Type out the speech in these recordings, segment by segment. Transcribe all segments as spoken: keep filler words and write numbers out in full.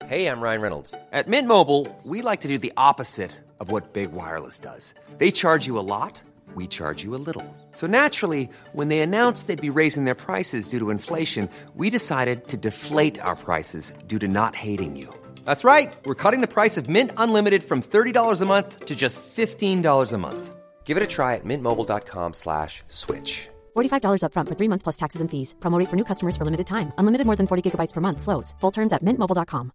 Hey, I'm Ryan Reynolds. At Mint Mobile, we like to do the opposite of what Big Wireless does. They charge you a lot, we charge you a little. So naturally, when they announced they'd be raising their prices due to inflation, we decided to deflate our prices due to not hating you. That's right. We're cutting the price of Mint Unlimited from thirty dollars a month to just fifteen dollars a month. Give it a try at mintmobile.com slash switch. forty-five dollars up front for three months plus taxes and fees. Promo rate for new customers for limited time. Unlimited more than forty gigabytes per month. Slows full terms at mint mobile dot com.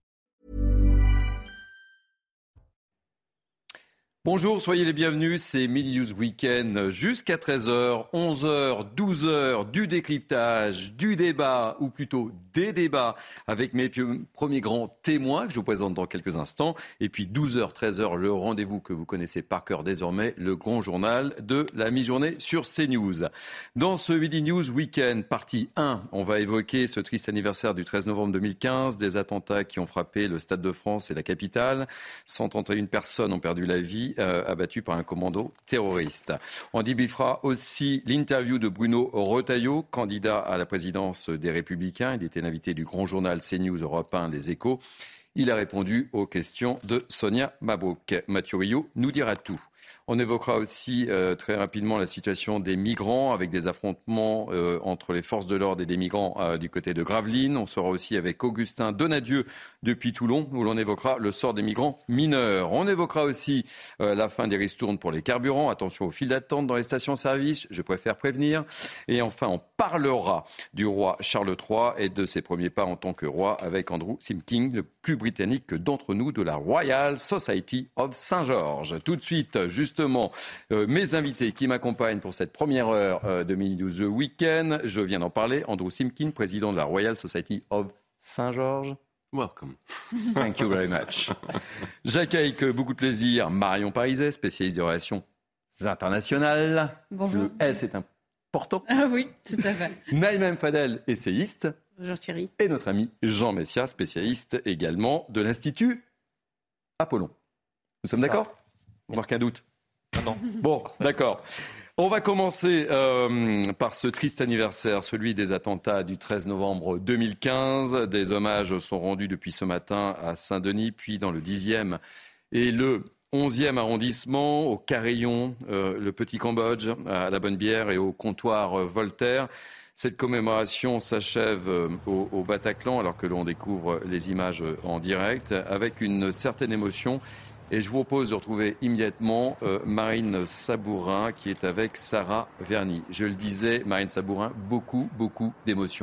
Bonjour, soyez les bienvenus, c'est Midi News Weekend jusqu'à treize heures, onze heures, douze heures, du décryptage, du débat, ou plutôt des débats avec mes premiers grands témoins que je vous présente dans quelques instants. Et puis douze heures, treize heures, le rendez-vous que vous connaissez par cœur désormais, le grand journal de la mi-journée sur CNews. Dans ce Midi News Weekend, partie un, on va évoquer ce triste anniversaire du treize novembre deux mille quinze, des attentats qui ont frappé le Stade de France et la capitale. cent trente et une personnes ont perdu la vie. Euh, abattu par un commando terroriste. On débriefera aussi l'interview de Bruno Retailleau, candidat à la présidence des Républicains. Il était l'invité du grand journal CNews Europe un, Les Échos. Il a répondu aux questions de Sonia Mabrouk. Mathieu Rio nous dira tout. On évoquera aussi euh, très rapidement la situation des migrants avec des affrontements euh, entre les forces de l'ordre et des migrants euh, du côté de Gravelines. On sera aussi avec Augustin Donadieu depuis Toulon où l'on évoquera le sort des migrants mineurs. On évoquera aussi euh, la fin des ristournes pour les carburants. Attention aux files d'attente dans les stations-service, je préfère prévenir. Et enfin, on parlera du roi Charles trois et de ses premiers pas en tant que roi avec Andrew Simking, le plus britannique d'entre nous de la Royal Society of Saint-Georges. Tout de suite, justement, Euh, mes invités qui m'accompagnent pour cette première heure euh, de Midi News Weekend. Je viens d'en parler. Andrew Simkin, président de la Royal Society of Saint-Georges. Welcome. Thank you very much. J'accueille avec beaucoup de plaisir Marion Pariset, spécialiste des relations internationales. Bonjour. Le S est important. Ah oui, tout à fait. Naïma Mfadel, essayiste. Bonjour Thierry. Et notre ami Jean Messia, spécialiste également de l'Institut Apollon. Nous sommes d'accord ? On marque un doute. Ah non. Bon, d'accord. On va commencer euh, par ce triste anniversaire, celui des attentats du treize novembre deux mille quinze. Des hommages sont rendus depuis ce matin à Saint-Denis, puis dans le dixième et le onzième arrondissement, au Carillon, euh, le Petit Cambodge, à la Bonne-Bière et au comptoir euh, Voltaire. Cette commémoration s'achève euh, au, au Bataclan, alors que l'on découvre les images en direct, avec une certaine émotion. Et je vous propose de retrouver immédiatement euh, Marine Sabourin qui est avec Sarah Verny. Je le disais, Marine Sabourin, beaucoup, beaucoup d'émotions.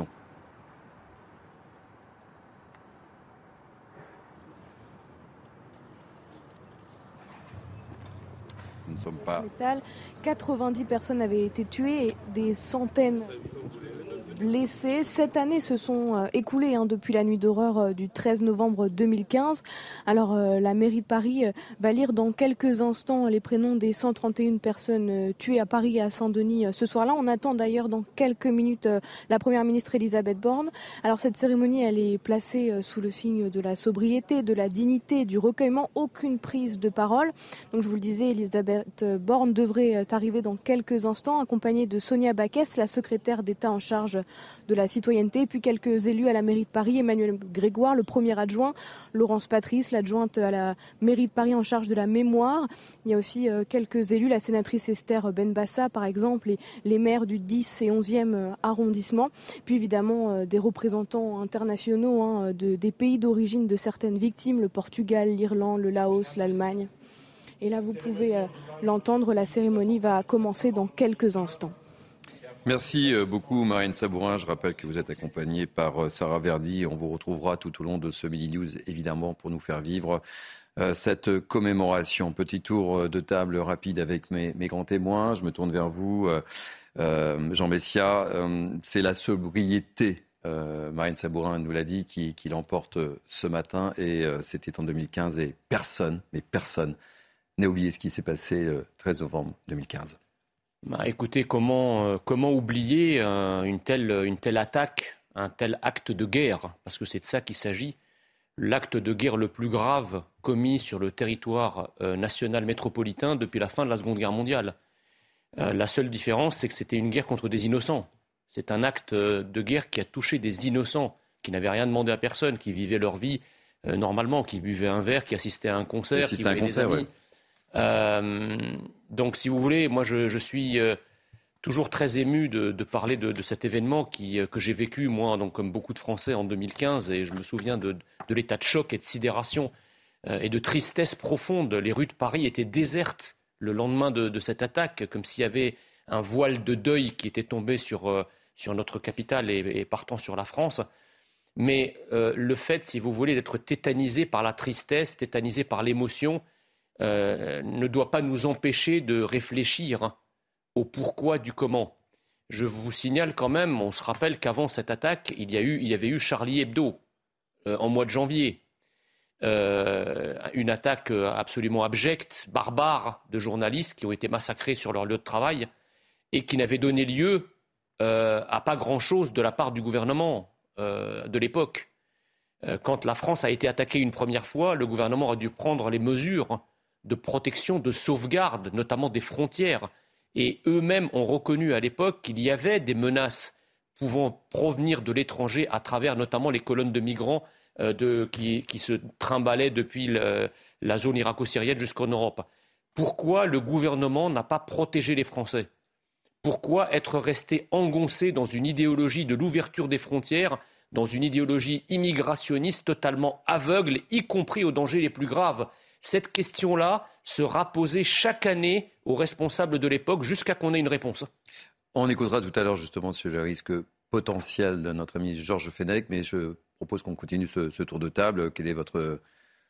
Nous ne sommes pas... quatre-vingt-dix personnes avaient été tuées et des centaines blessés. Sept années se sont euh, écoulées hein, depuis la nuit d'horreur euh, du treize novembre deux mille quinze. Alors euh, la mairie de Paris euh, va lire dans quelques instants les prénoms des cent trente et une personnes euh, tuées à Paris et à Saint-Denis euh, ce soir-là. On attend d'ailleurs dans quelques minutes euh, la première ministre Elisabeth Borne. Alors cette cérémonie, elle est placée euh, sous le signe de la sobriété, de la dignité, du recueillement. Aucune prise de parole. Donc je vous le disais, Elisabeth Borne devrait euh, arriver dans quelques instants, accompagnée de Sonia Backès, la secrétaire d'État en charge de la citoyenneté, puis quelques élus à la mairie de Paris, Emmanuel Grégoire, le premier adjoint, Laurence Patrice, l'adjointe à la mairie de Paris en charge de la mémoire. Il y a aussi euh, quelques élus, la sénatrice Esther Benbassa par exemple, et les maires du dix et onzième arrondissement, puis évidemment euh, des représentants internationaux hein, de, des pays d'origine de certaines victimes, le Portugal, l'Irlande, le Laos, l'Allemagne. Et là vous pouvez euh, l'entendre, la cérémonie va commencer dans quelques instants. Merci beaucoup Marine Sabourin. Je rappelle que vous êtes accompagnée par Sarah Verny. On vous retrouvera tout au long de ce Midi News, évidemment, pour nous faire vivre euh, cette commémoration. Petit tour de table rapide avec mes, mes grands témoins. Je me tourne vers vous, euh, euh, Jean Messia. Euh, c'est la sobriété, euh, Marine Sabourin nous l'a dit, qui, qui l'emporte ce matin. Et euh, c'était en deux mille quinze et personne, mais personne, n'a oublié ce qui s'est passé le treize novembre deux mille quinze. Bah, écoutez, comment, euh, comment oublier euh, une, telle, une telle attaque, un tel acte de guerre, parce que c'est de ça qu'il s'agit, l'acte de guerre le plus grave commis sur le territoire euh, national métropolitain depuis la fin de la Seconde Guerre mondiale. Euh, la seule différence, c'est que c'était une guerre contre des innocents. C'est un acte de guerre qui a touché des innocents, qui n'avaient rien demandé à personne, qui vivaient leur vie euh, normalement, qui buvait un verre, qui assistait à un concert, qui voyait des amis. Ouais. Euh, donc, si vous voulez, moi, je, je suis euh, toujours très ému de, de parler de, de cet événement qui, euh, que j'ai vécu, moi, donc, comme beaucoup de Français, en deux mille quinze. Et je me souviens de, de l'état de choc et de sidération euh, et de tristesse profonde. Les rues de Paris étaient désertes le lendemain de, de cette attaque, comme s'il y avait un voile de deuil qui était tombé sur, euh, sur notre capitale et, et partant sur la France. Mais euh, le fait, si vous voulez, d'être tétanisé par la tristesse, tétanisé par l'émotion, euh, ne doit pas nous empêcher de réfléchir hein, au pourquoi du comment. Je vous signale quand même, on se rappelle qu'avant cette attaque, il y, a eu, il y avait eu Charlie Hebdo euh, en mois de janvier. Euh, une attaque absolument abjecte, barbare, de journalistes qui ont été massacrés sur leur lieu de travail et qui n'avaient donné lieu euh, à pas grand-chose de la part du gouvernement euh, de l'époque. Euh, quand la France a été attaquée une première fois, le gouvernement a dû prendre les mesures de protection, de sauvegarde, notamment des frontières. Et eux-mêmes ont reconnu à l'époque qu'il y avait des menaces pouvant provenir de l'étranger à travers notamment les colonnes de migrants euh, de, qui, qui se trimballaient depuis le, la zone irako-syrienne jusqu'en Europe. Pourquoi le gouvernement n'a pas protégé les Français ? Pourquoi être resté engoncé dans une idéologie de l'ouverture des frontières, dans une idéologie immigrationniste totalement aveugle, y compris aux dangers les plus graves ? Cette question-là sera posée chaque année aux responsables de l'époque jusqu'à qu'on ait une réponse. On écoutera tout à l'heure justement sur le risque potentiel de notre ami Georges Fenech, mais je propose qu'on continue ce, ce tour de table. Quel est votre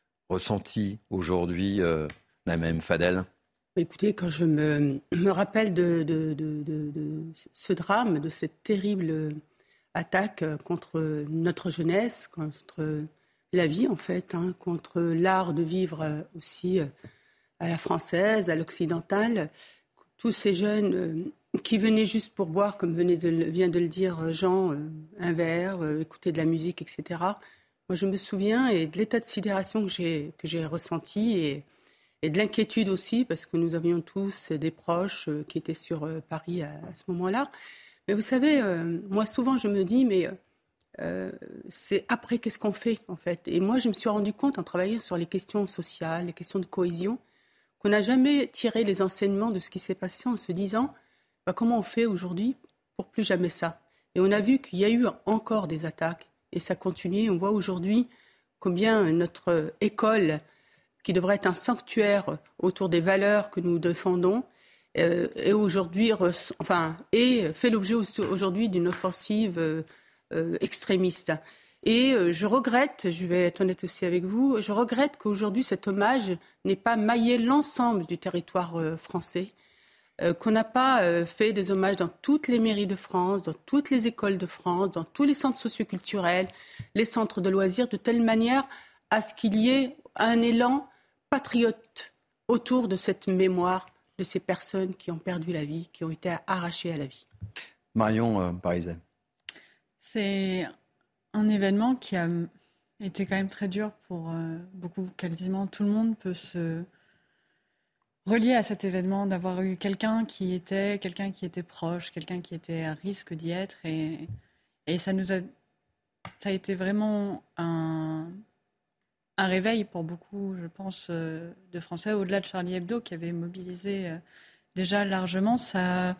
ressenti aujourd'hui, euh, Naïma Fadel ? Écoutez, quand je me, me rappelle de, de, de, de, de ce drame, de cette terrible attaque contre notre jeunesse, contre la vie en fait, hein, contre l'art de vivre aussi à la française, à l'occidentale, tous ces jeunes qui venaient juste pour boire, comme venait de, vient de le dire Jean, un verre, écouter de la musique, et cetera. Moi, je me souviens et de l'état de sidération que j'ai, que j'ai ressenti et, et de l'inquiétude aussi, parce que nous avions tous des proches qui étaient sur Paris à, à ce moment-là. Mais vous savez, euh, moi, souvent, je me dis, mais euh, c'est après, qu'est-ce qu'on fait, en fait ? Et moi, je me suis rendu compte, en travaillant sur les questions sociales, les questions de cohésion, qu'on n'a jamais tiré les enseignements de ce qui s'est passé en se disant bah, comment on fait aujourd'hui pour plus jamais ça. Et on a vu qu'il y a eu encore des attaques et ça continue. On voit aujourd'hui combien notre école, qui devrait être un sanctuaire autour des valeurs que nous défendons, euh, est aujourd'hui, enfin, est, fait l'objet aujourd'hui d'une offensive euh, euh, extrémiste. Et euh, je regrette, je vais être honnête aussi avec vous, je regrette qu'aujourd'hui cet hommage n'ait pas maillé l'ensemble du territoire euh, français, euh, qu'on n'a pas euh, fait des hommages dans toutes les mairies de France, dans toutes les écoles de France, dans tous les centres socioculturels, les centres de loisirs, de telle manière à ce qu'il y ait un élan patriote autour de cette mémoire de ces personnes qui ont perdu la vie, qui ont été arrachées à la vie. Marion euh, Parizet. C'est un événement qui a été quand même très dur pour euh, beaucoup, quasiment tout le monde peut se relier à cet événement, d'avoir eu quelqu'un qui était, quelqu'un qui était proche, quelqu'un qui était à risque d'y être. Et, et ça nous a, ça a été vraiment un, un réveil pour beaucoup, je pense, euh, de Français, au-delà de Charlie Hebdo, qui avait mobilisé euh, déjà largement. Ça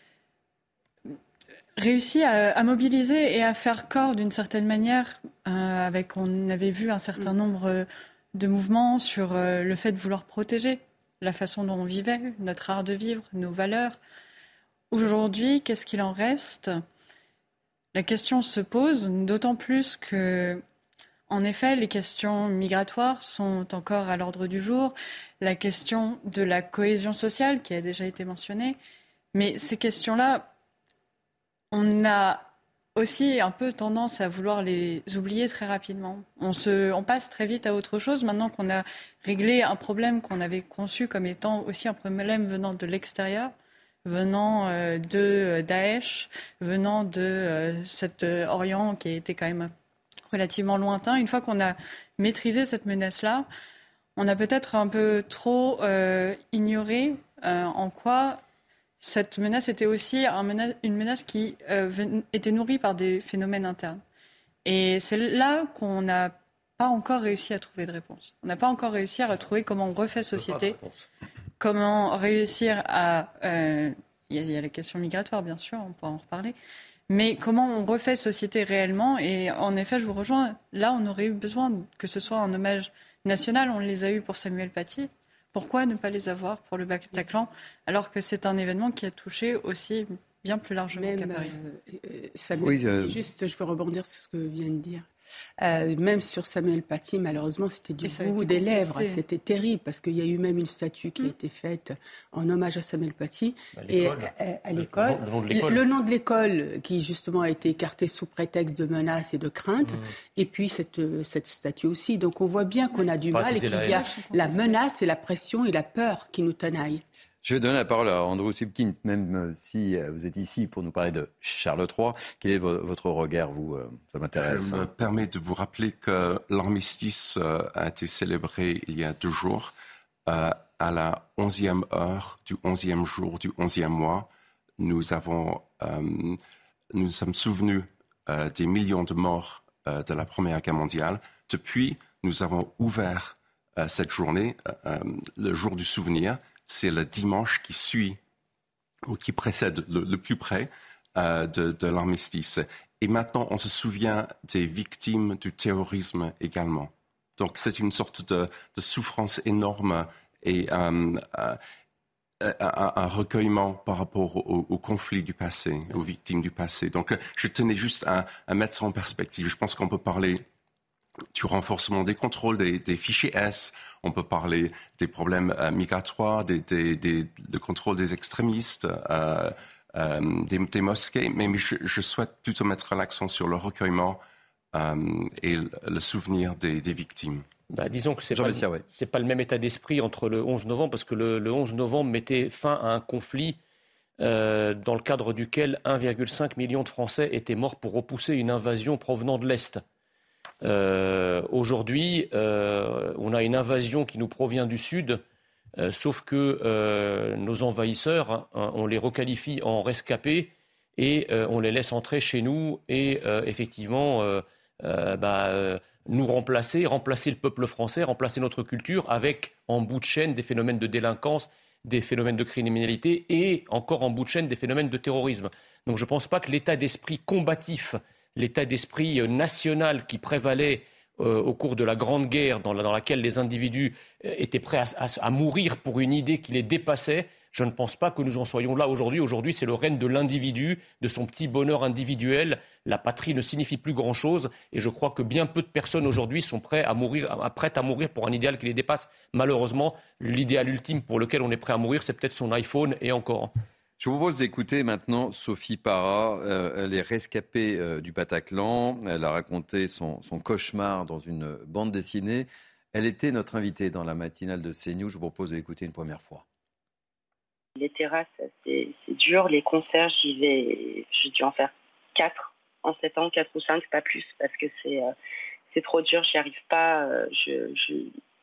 réussi à, à mobiliser et à faire corps d'une certaine manière. Euh, avec, on avait vu un certain nombre de mouvements sur euh, le fait de vouloir protéger la façon dont on vivait, notre art de vivre, nos valeurs. Aujourd'hui, qu'est-ce qu'il en reste ? La question se pose, d'autant plus que, en effet, les questions migratoires sont encore à l'ordre du jour. La question de la cohésion sociale, qui a déjà été mentionnée. Mais ces questions-là, on a aussi un peu tendance à vouloir les oublier très rapidement. On, se, on passe très vite à autre chose maintenant qu'on a réglé un problème qu'on avait conçu comme étant aussi un problème venant de l'extérieur, venant euh, de Daesh, venant de euh, cet euh, Orient qui était quand même relativement lointain. Une fois qu'on a maîtrisé cette menace-là, on a peut-être un peu trop euh, ignoré euh, en quoi cette menace était aussi un menace, une menace qui euh, ven, était nourrie par des phénomènes internes. Et c'est là qu'on a pas encore réussi à trouver de réponse. On n'a pas encore réussi à retrouver comment on refait société, comment réussir à... Euh, il y, y a la question migratoire, bien sûr, on pourra en reparler. Mais comment on refait société réellement ? Et en effet, je vous rejoins, là, on aurait eu besoin que ce soit un hommage national. On les a eus pour Samuel Paty. Pourquoi ne pas les avoir pour le Bataclan, alors que c'est un événement qui a touché aussi bien plus largement Même, qu'à Paris. euh, Samuel, oui, euh... juste, je veux rebondir sur ce que vient de dire. Euh, même sur Samuel Paty, malheureusement, c'était du bout des lèvres. C'était terrible parce qu'il y a eu même une statue qui mmh. a été faite en hommage à Samuel Paty. À et à, à l'école. Le, nom de l'école. Le nom de l'école qui, justement, a été écarté sous prétexte de menaces et de craintes. Mmh. Et puis, cette, cette statue aussi. Donc, on voit bien qu'on a du Pas mal et qu'il y a la menace et la pression et la peur qui nous tenaillent. Je vais donner la parole à Andrew Sipkin, même si vous êtes ici pour nous parler de Charles trois. Quel est votre regard, vous ? Ça m'intéresse. Je me permets de vous rappeler que l'armistice a été célébré il y a deux jours, euh, à la onzième heure du onzième jour du onzième mois. Nous avons, euh, nous sommes souvenus euh, des millions de morts euh, de la Première Guerre mondiale. Depuis, nous avons ouvert euh, cette journée, euh, le jour du souvenir. C'est le dimanche qui suit ou qui précède le, le plus près euh, de, de l'armistice. Et maintenant, on se souvient des victimes du terrorisme également. Donc, c'est une sorte de, de souffrance énorme et euh, euh, un, un recueillement par rapport au, au conflit du passé, aux victimes du passé. Donc, je tenais juste à, à mettre ça en perspective. Je pense qu'on peut parler du renforcement des contrôles des, des fichiers S, on peut parler des problèmes euh, migratoires, des, des, des, de contrôle des extrémistes, euh, euh, des, des mosquées, mais, mais je, je souhaite plutôt mettre l'accent sur le recueillement euh, et le, le souvenir des, des victimes. Bah, disons que ce n'est pas, ouais. pas le même état d'esprit entre le onze novembre, parce que le, le onze novembre mettait fin à un conflit euh, dans le cadre duquel un virgule cinq million de Français étaient morts pour repousser une invasion provenant de l'Est. Euh, aujourd'hui, euh, on a une invasion qui nous provient du Sud, euh, sauf que euh, nos envahisseurs, hein, on les requalifie en rescapés et euh, on les laisse entrer chez nous et euh, effectivement euh, euh, bah, euh, nous remplacer, remplacer le peuple français, remplacer notre culture avec en bout de chaîne des phénomènes de délinquance, des phénomènes de criminalité et encore en bout de chaîne des phénomènes de terrorisme. Donc je ne pense pas que l'état d'esprit combatif, l'état d'esprit national qui prévalait euh, au cours de la Grande Guerre, dans, la, dans laquelle les individus euh, étaient prêts à, à, à mourir pour une idée qui les dépassait, je ne pense pas que nous en soyons là aujourd'hui. Aujourd'hui, c'est le règne de l'individu, de son petit bonheur individuel. La patrie ne signifie plus grand-chose et je crois que bien peu de personnes aujourd'hui sont prêtes à mourir, à, prêtes à mourir pour un idéal qui les dépasse. Malheureusement, l'idéal ultime pour lequel on est prêt à mourir, c'est peut-être son iPhone et encore. Je vous propose d'écouter maintenant Sophie Para. Euh, elle est rescapée euh, du Bataclan. Elle a raconté son, son cauchemar dans une bande dessinée. Elle était notre invitée dans la matinale de CNews. Je vous propose d'écouter une première fois. Les terrasses, c'est, c'est dur. Les concerts, j'y vais. J'ai dû en faire quatre en sept ans, quatre ou cinq, pas plus, parce que c'est, euh, c'est trop dur. J'y arrive pas. Euh, je... je...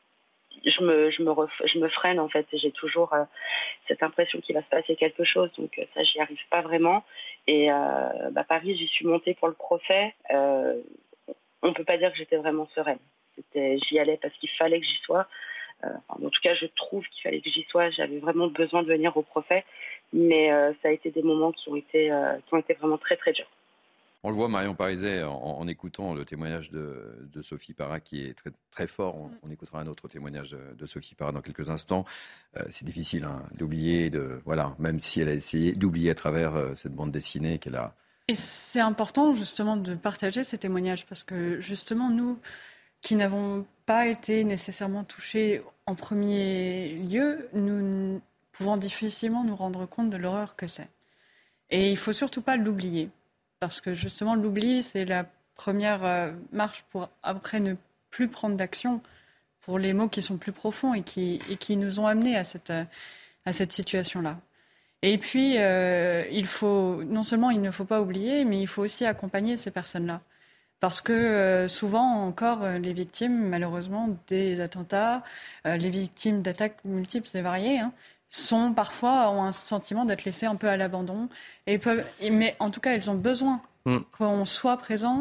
Je me, je, me ref, je me freine en fait, j'ai toujours euh, cette impression qu'il va se passer quelque chose, donc euh, ça j'y arrive pas vraiment. Et euh, bah, Paris, j'y suis montée pour le procès, euh, on peut pas dire que j'étais vraiment sereine. C'était, j'y allais parce qu'il fallait que j'y sois, euh, enfin, en tout cas je trouve qu'il fallait que j'y sois, j'avais vraiment besoin de venir au procès, mais euh, ça a été des moments qui ont été, euh, qui ont été vraiment très très durs. On le voit, Marion Pariset, en, en écoutant le témoignage de, de Sophie Para, qui est très, très fort. On, on écoutera un autre témoignage de, de Sophie Para dans quelques instants. Euh, c'est difficile hein, d'oublier, de, voilà, même si elle a essayé d'oublier à travers euh, cette bande dessinée qu'elle a. Et c'est important, justement, de partager ces témoignages, parce que, justement, nous, qui n'avons pas été nécessairement touchés en premier lieu, nous pouvons difficilement nous rendre compte de l'horreur que c'est. Et il ne faut surtout pas l'oublier. Parce que justement, l'oubli, c'est la première euh, marche pour après ne plus prendre d'action pour les maux qui sont plus profonds et qui, et qui nous ont amenés à cette, à cette situation-là. Et puis, euh, il faut, non seulement il ne faut pas oublier, mais il faut aussi accompagner ces personnes-là. Parce que euh, souvent encore, euh, les victimes, malheureusement, des attentats, euh, les victimes d'attaques multiples et variées, hein, sont parfois ont un sentiment d'être laissées un peu à l'abandon et peuvent, mais en tout cas elles ont besoin mm. qu'on soit présent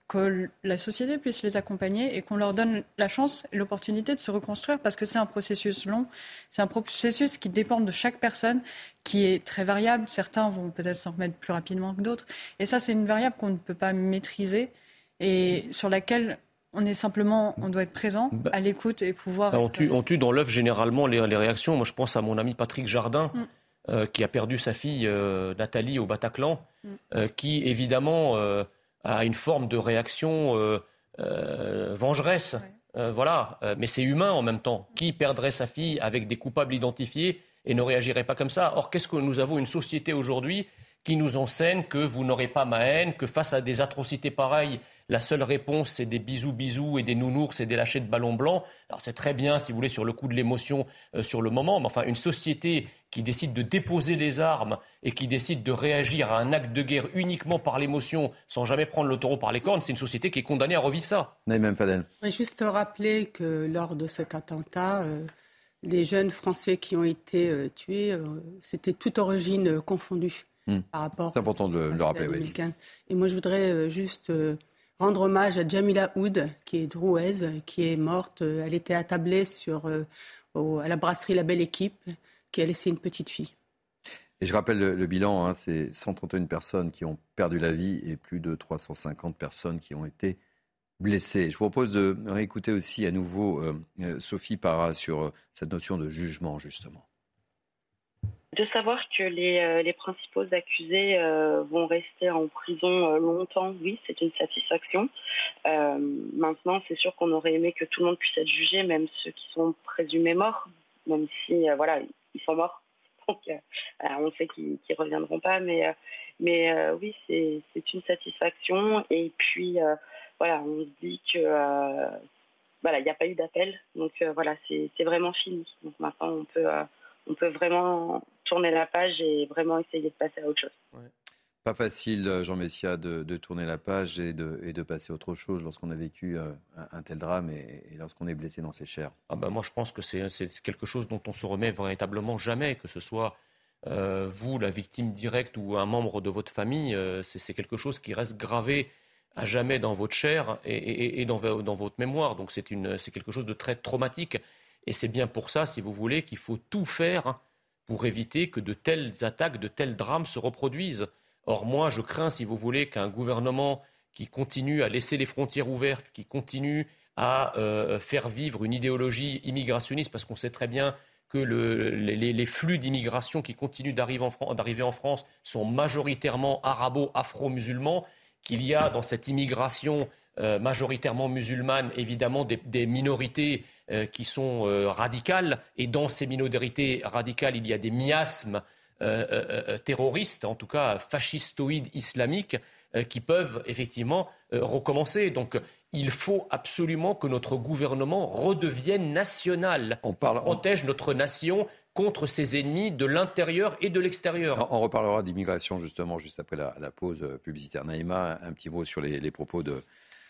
que la société puisse les accompagner et qu'on leur donne la chance et l'opportunité de se reconstruire parce que c'est un processus long, c'est un processus qui dépend de chaque personne, qui est très variable. Certains vont peut-être s'en remettre plus rapidement que d'autres. Et ça, c'est une variable qu'on ne peut pas maîtriser et sur laquelle on est simplement, on doit être présent, bah, à l'écoute et pouvoir... Bah, on, être... tue, on tue dans l'œuf généralement les, les réactions. Moi, je pense à mon ami Patrick Jardin, mm. euh, qui a perdu sa fille euh, Nathalie au Bataclan, mm. euh, qui évidemment... Euh, à une forme de réaction euh, euh, vengeresse. Ouais. Euh, voilà. Euh, mais c'est humain en même temps. Qui perdrait sa fille avec des coupables identifiés et ne réagirait pas comme ça ? Or, qu'est-ce que nous avons ? Une société aujourd'hui qui nous enseigne que vous n'aurez pas ma haine, que face à des atrocités pareilles, la seule réponse, c'est des bisous bisous et des nounours et des lâchers de ballons blancs. Alors c'est très bien, si vous voulez, sur le coup de l'émotion, euh, sur le moment. Mais enfin, une société qui décide de déposer les armes et qui décide de réagir à un acte de guerre uniquement par l'émotion, sans jamais prendre le taureau par les cornes, c'est une société qui est condamnée à revivre ça. Naïma Mfadel. Je voudrais juste rappeler que lors de cet attentat, euh, les jeunes Français qui ont été euh, tués, euh, c'était toute origine euh, confondue. Mmh. Par rapport c'est important de le rappeler. deux mille quinze. Oui. Et moi, je voudrais euh, juste euh, rendre hommage à Jamila Oud, qui est drouaise, qui est morte. Euh, elle était attablée sur, euh, au, à la brasserie La Belle Équipe, qui a laissé une petite fille. Et je rappelle le, le bilan, hein, c'est cent trente et une personnes qui ont perdu la vie et plus de trois cent cinquante personnes qui ont été blessées. Je vous propose de réécouter aussi à nouveau euh, euh, Sophie Para sur euh, cette notion de jugement, justement. De savoir que les, euh, les principaux accusés euh, vont rester en prison euh, longtemps, oui, c'est une satisfaction. Euh, maintenant, c'est sûr qu'on aurait aimé que tout le monde puisse être jugé, même ceux qui sont présumés morts, même si, euh, voilà, ils sont morts. Donc, euh, on sait qu'ils ne reviendront pas, mais, euh, mais euh, oui, c'est, c'est une satisfaction. Et puis, euh, voilà, on se dit que, euh, voilà, il n'y a pas eu d'appel, donc euh, voilà, c'est, c'est vraiment fini. Donc maintenant, on peut... Euh, on peut vraiment tourner la page et vraiment essayer de passer à autre chose. Ouais. Pas facile, Jean Messia, de, de tourner la page et de, et de passer à autre chose lorsqu'on a vécu euh, un, un tel drame et, et lorsqu'on est blessé dans ses chairs. Ah ben moi, je pense que c'est, c'est quelque chose dont on se remet véritablement jamais, que ce soit euh, vous, la victime directe, ou un membre de votre famille. Euh, c'est, c'est quelque chose qui reste gravé à jamais dans votre chair et, et, et dans, dans votre mémoire. Donc c'est, une, c'est quelque chose de très traumatique. Et c'est bien pour ça, si vous voulez, qu'il faut tout faire pour éviter que de telles attaques, de tels drames se reproduisent. Or, moi, je crains, si vous voulez, qu'un gouvernement qui continue à laisser les frontières ouvertes, qui continue à euh, faire vivre une idéologie immigrationniste, parce qu'on sait très bien que le, les, les flux d'immigration qui continuent d'arriver en, Fran- d'arriver en France sont majoritairement arabo-afro-musulmans, qu'il y a dans cette immigration euh, majoritairement musulmane, évidemment, des, des minorités euh, qui sont euh, radicales. Et dans ces minorités radicales, il y a des miasmes euh, euh, terroristes, en tout cas fascistoïdes islamiques, euh, qui peuvent effectivement euh, recommencer. Donc, il faut absolument que notre gouvernement redevienne national, on parle, protège on... notre nation contre ses ennemis de l'intérieur et de l'extérieur. On reparlera d'immigration justement juste après la, la pause publicitaire. Naïma, un petit mot sur les, les propos de,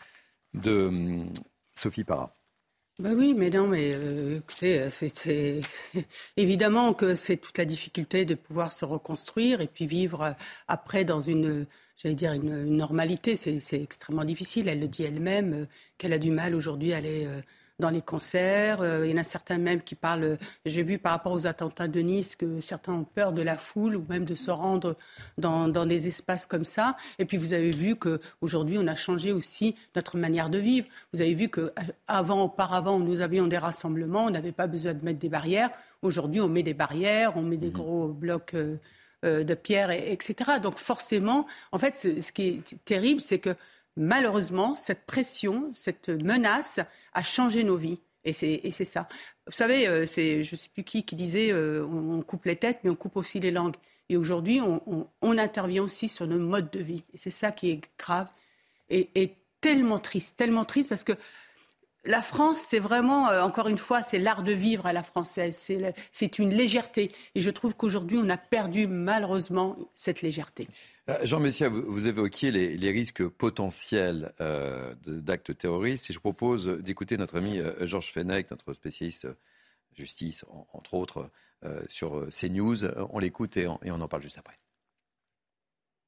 de um, Sophie Para. Ben oui, mais non, mais euh, écoutez, c'est, c'est, c'est évidemment que c'est toute la difficulté de pouvoir se reconstruire et puis vivre après dans une, j'allais dire une, une normalité. C'est, c'est extrêmement difficile. Elle le dit elle-même euh, qu'elle a du mal aujourd'hui à aller euh, dans les concerts. Euh, il y en a certains même qui parlent. Euh, j'ai vu par rapport aux attentats de Nice que certains ont peur de la foule ou même de se rendre dans, dans des espaces comme ça. Et puis vous avez vu qu'aujourd'hui, on a changé aussi notre manière de vivre. Vous avez vu qu'avant, auparavant, nous avions des rassemblements, on n'avait pas besoin de mettre des barrières. Aujourd'hui, on met des barrières, on met des gros blocs euh, euh, de pierre, et, etc. Donc forcément, en fait, ce, ce qui est terrible, c'est que malheureusement, cette pression, cette menace a changé nos vies. Et c'est, et c'est ça. Vous savez, euh, c'est, je ne sais plus qui qui disait euh, on, on coupe les têtes, mais on coupe aussi les langues. Et aujourd'hui, on, on, on intervient aussi sur nos modes de vie. Et c'est ça qui est grave et, et tellement triste, tellement triste parce que la France, c'est vraiment, euh, encore une fois, c'est l'art de vivre à la française. C'est, la, c'est une légèreté. Et je trouve qu'aujourd'hui, on a perdu malheureusement cette légèreté. Jean Messia, vous, vous évoquiez les, les risques potentiels euh, de, d'actes terroristes. Et je propose d'écouter notre ami euh, Georges Fenech, notre spécialiste euh, justice, en, entre autres, euh, sur CNews. On l'écoute et on, et on en parle juste après.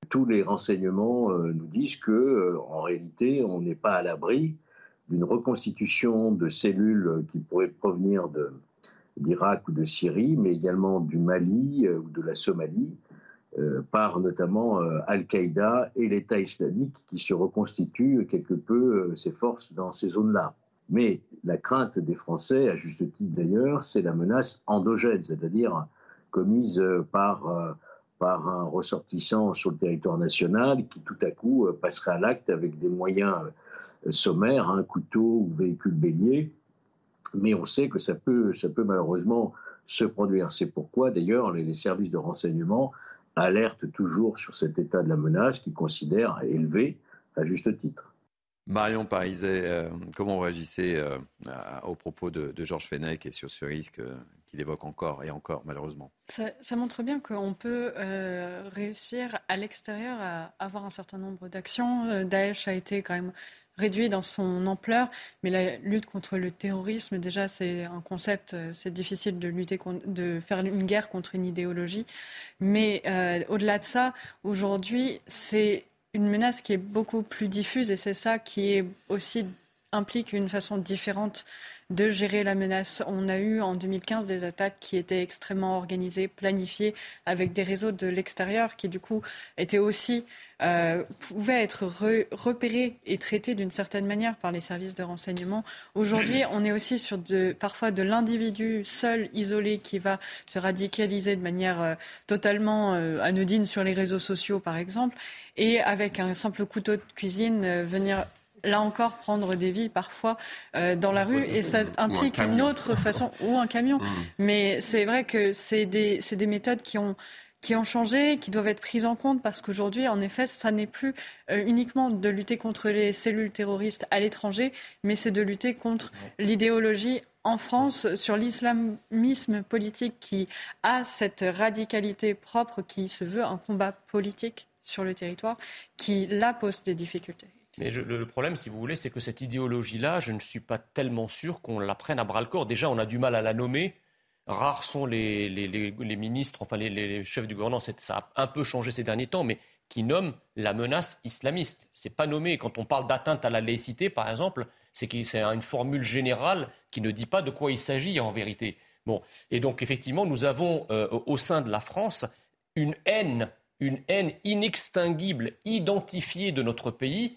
tous les renseignements euh, nous disent que, euh, en réalité, on n'est pas à l'abri d'une reconstitution de cellules qui pourraient provenir de, d'Irak ou de Syrie, mais également du Mali euh, ou de la Somalie, euh, par notamment euh, Al-Qaïda et l'État islamique qui se reconstituent quelque peu euh, ses forces dans ces zones-là. Mais la crainte des Français, à juste titre d'ailleurs, c'est la menace endogène, c'est-à-dire commise euh, par, euh, par un ressortissant sur le territoire national qui tout à coup euh, passerait à l'acte avec des moyens euh, sommaires, un couteau ou véhicule bélier. Mais on sait que ça peut, ça peut malheureusement se produire. C'est pourquoi d'ailleurs les, les services de renseignement alertent toujours sur cet état de la menace qu'ils considèrent élevé à juste titre. Marion Parizet, euh, comment vous réagissez euh, à, aux propos de, de Georges Fenech et sur ce risque euh, qu'il évoque encore et encore malheureusement? Ça, ça montre bien qu'on peut euh, réussir à l'extérieur à avoir un certain nombre d'actions. Euh, Daesh a été quand même réduit dans son ampleur, mais la lutte contre le terrorisme, déjà, c'est un concept, c'est difficile de lutter contre, de faire une guerre contre une idéologie. Mais euh, au-delà de ça, aujourd'hui, c'est une menace qui est beaucoup plus diffuse et c'est ça qui est aussi implique une façon différente de gérer la menace. On a eu en deux mille quinze des attaques qui étaient extrêmement organisées, planifiées, avec des réseaux de l'extérieur qui du coup étaient aussi euh, pouvaient être re- repérés et traités d'une certaine manière par les services de renseignement. Aujourd'hui, on est aussi sur de, parfois de l'individu seul, isolé, qui va se radicaliser de manière euh, totalement euh, anodine sur les réseaux sociaux, par exemple, et avec un simple couteau de cuisine euh, venir là encore prendre des vies parfois euh, dans la rue et ça implique une autre façon ou un camion. Mmh. Mais c'est vrai que c'est des, c'est des méthodes qui ont qui ont changé, qui doivent être prises en compte parce qu'aujourd'hui, en effet, ça n'est plus euh, uniquement de lutter contre les cellules terroristes à l'étranger, mais c'est de lutter contre l'idéologie en France sur l'islamisme politique qui a cette radicalité propre qui se veut un combat politique sur le territoire qui là pose des difficultés. Mais je, le problème, si vous voulez, c'est que cette idéologie-là, je ne suis pas tellement sûr qu'on la prenne à bras-le-corps. Déjà, on a du mal à la nommer. Rares sont les, les, les, les ministres, enfin les, les chefs du gouvernement, ça a un peu changé ces derniers temps, mais qui nomment la menace islamiste. C'est pas nommé. Quand on parle d'atteinte à la laïcité, par exemple, c'est, que c'est une formule générale qui ne dit pas de quoi il s'agit en vérité. Bon. Et donc, effectivement, nous avons euh, au sein de la France une haine, une haine inextinguible, identifiée de notre pays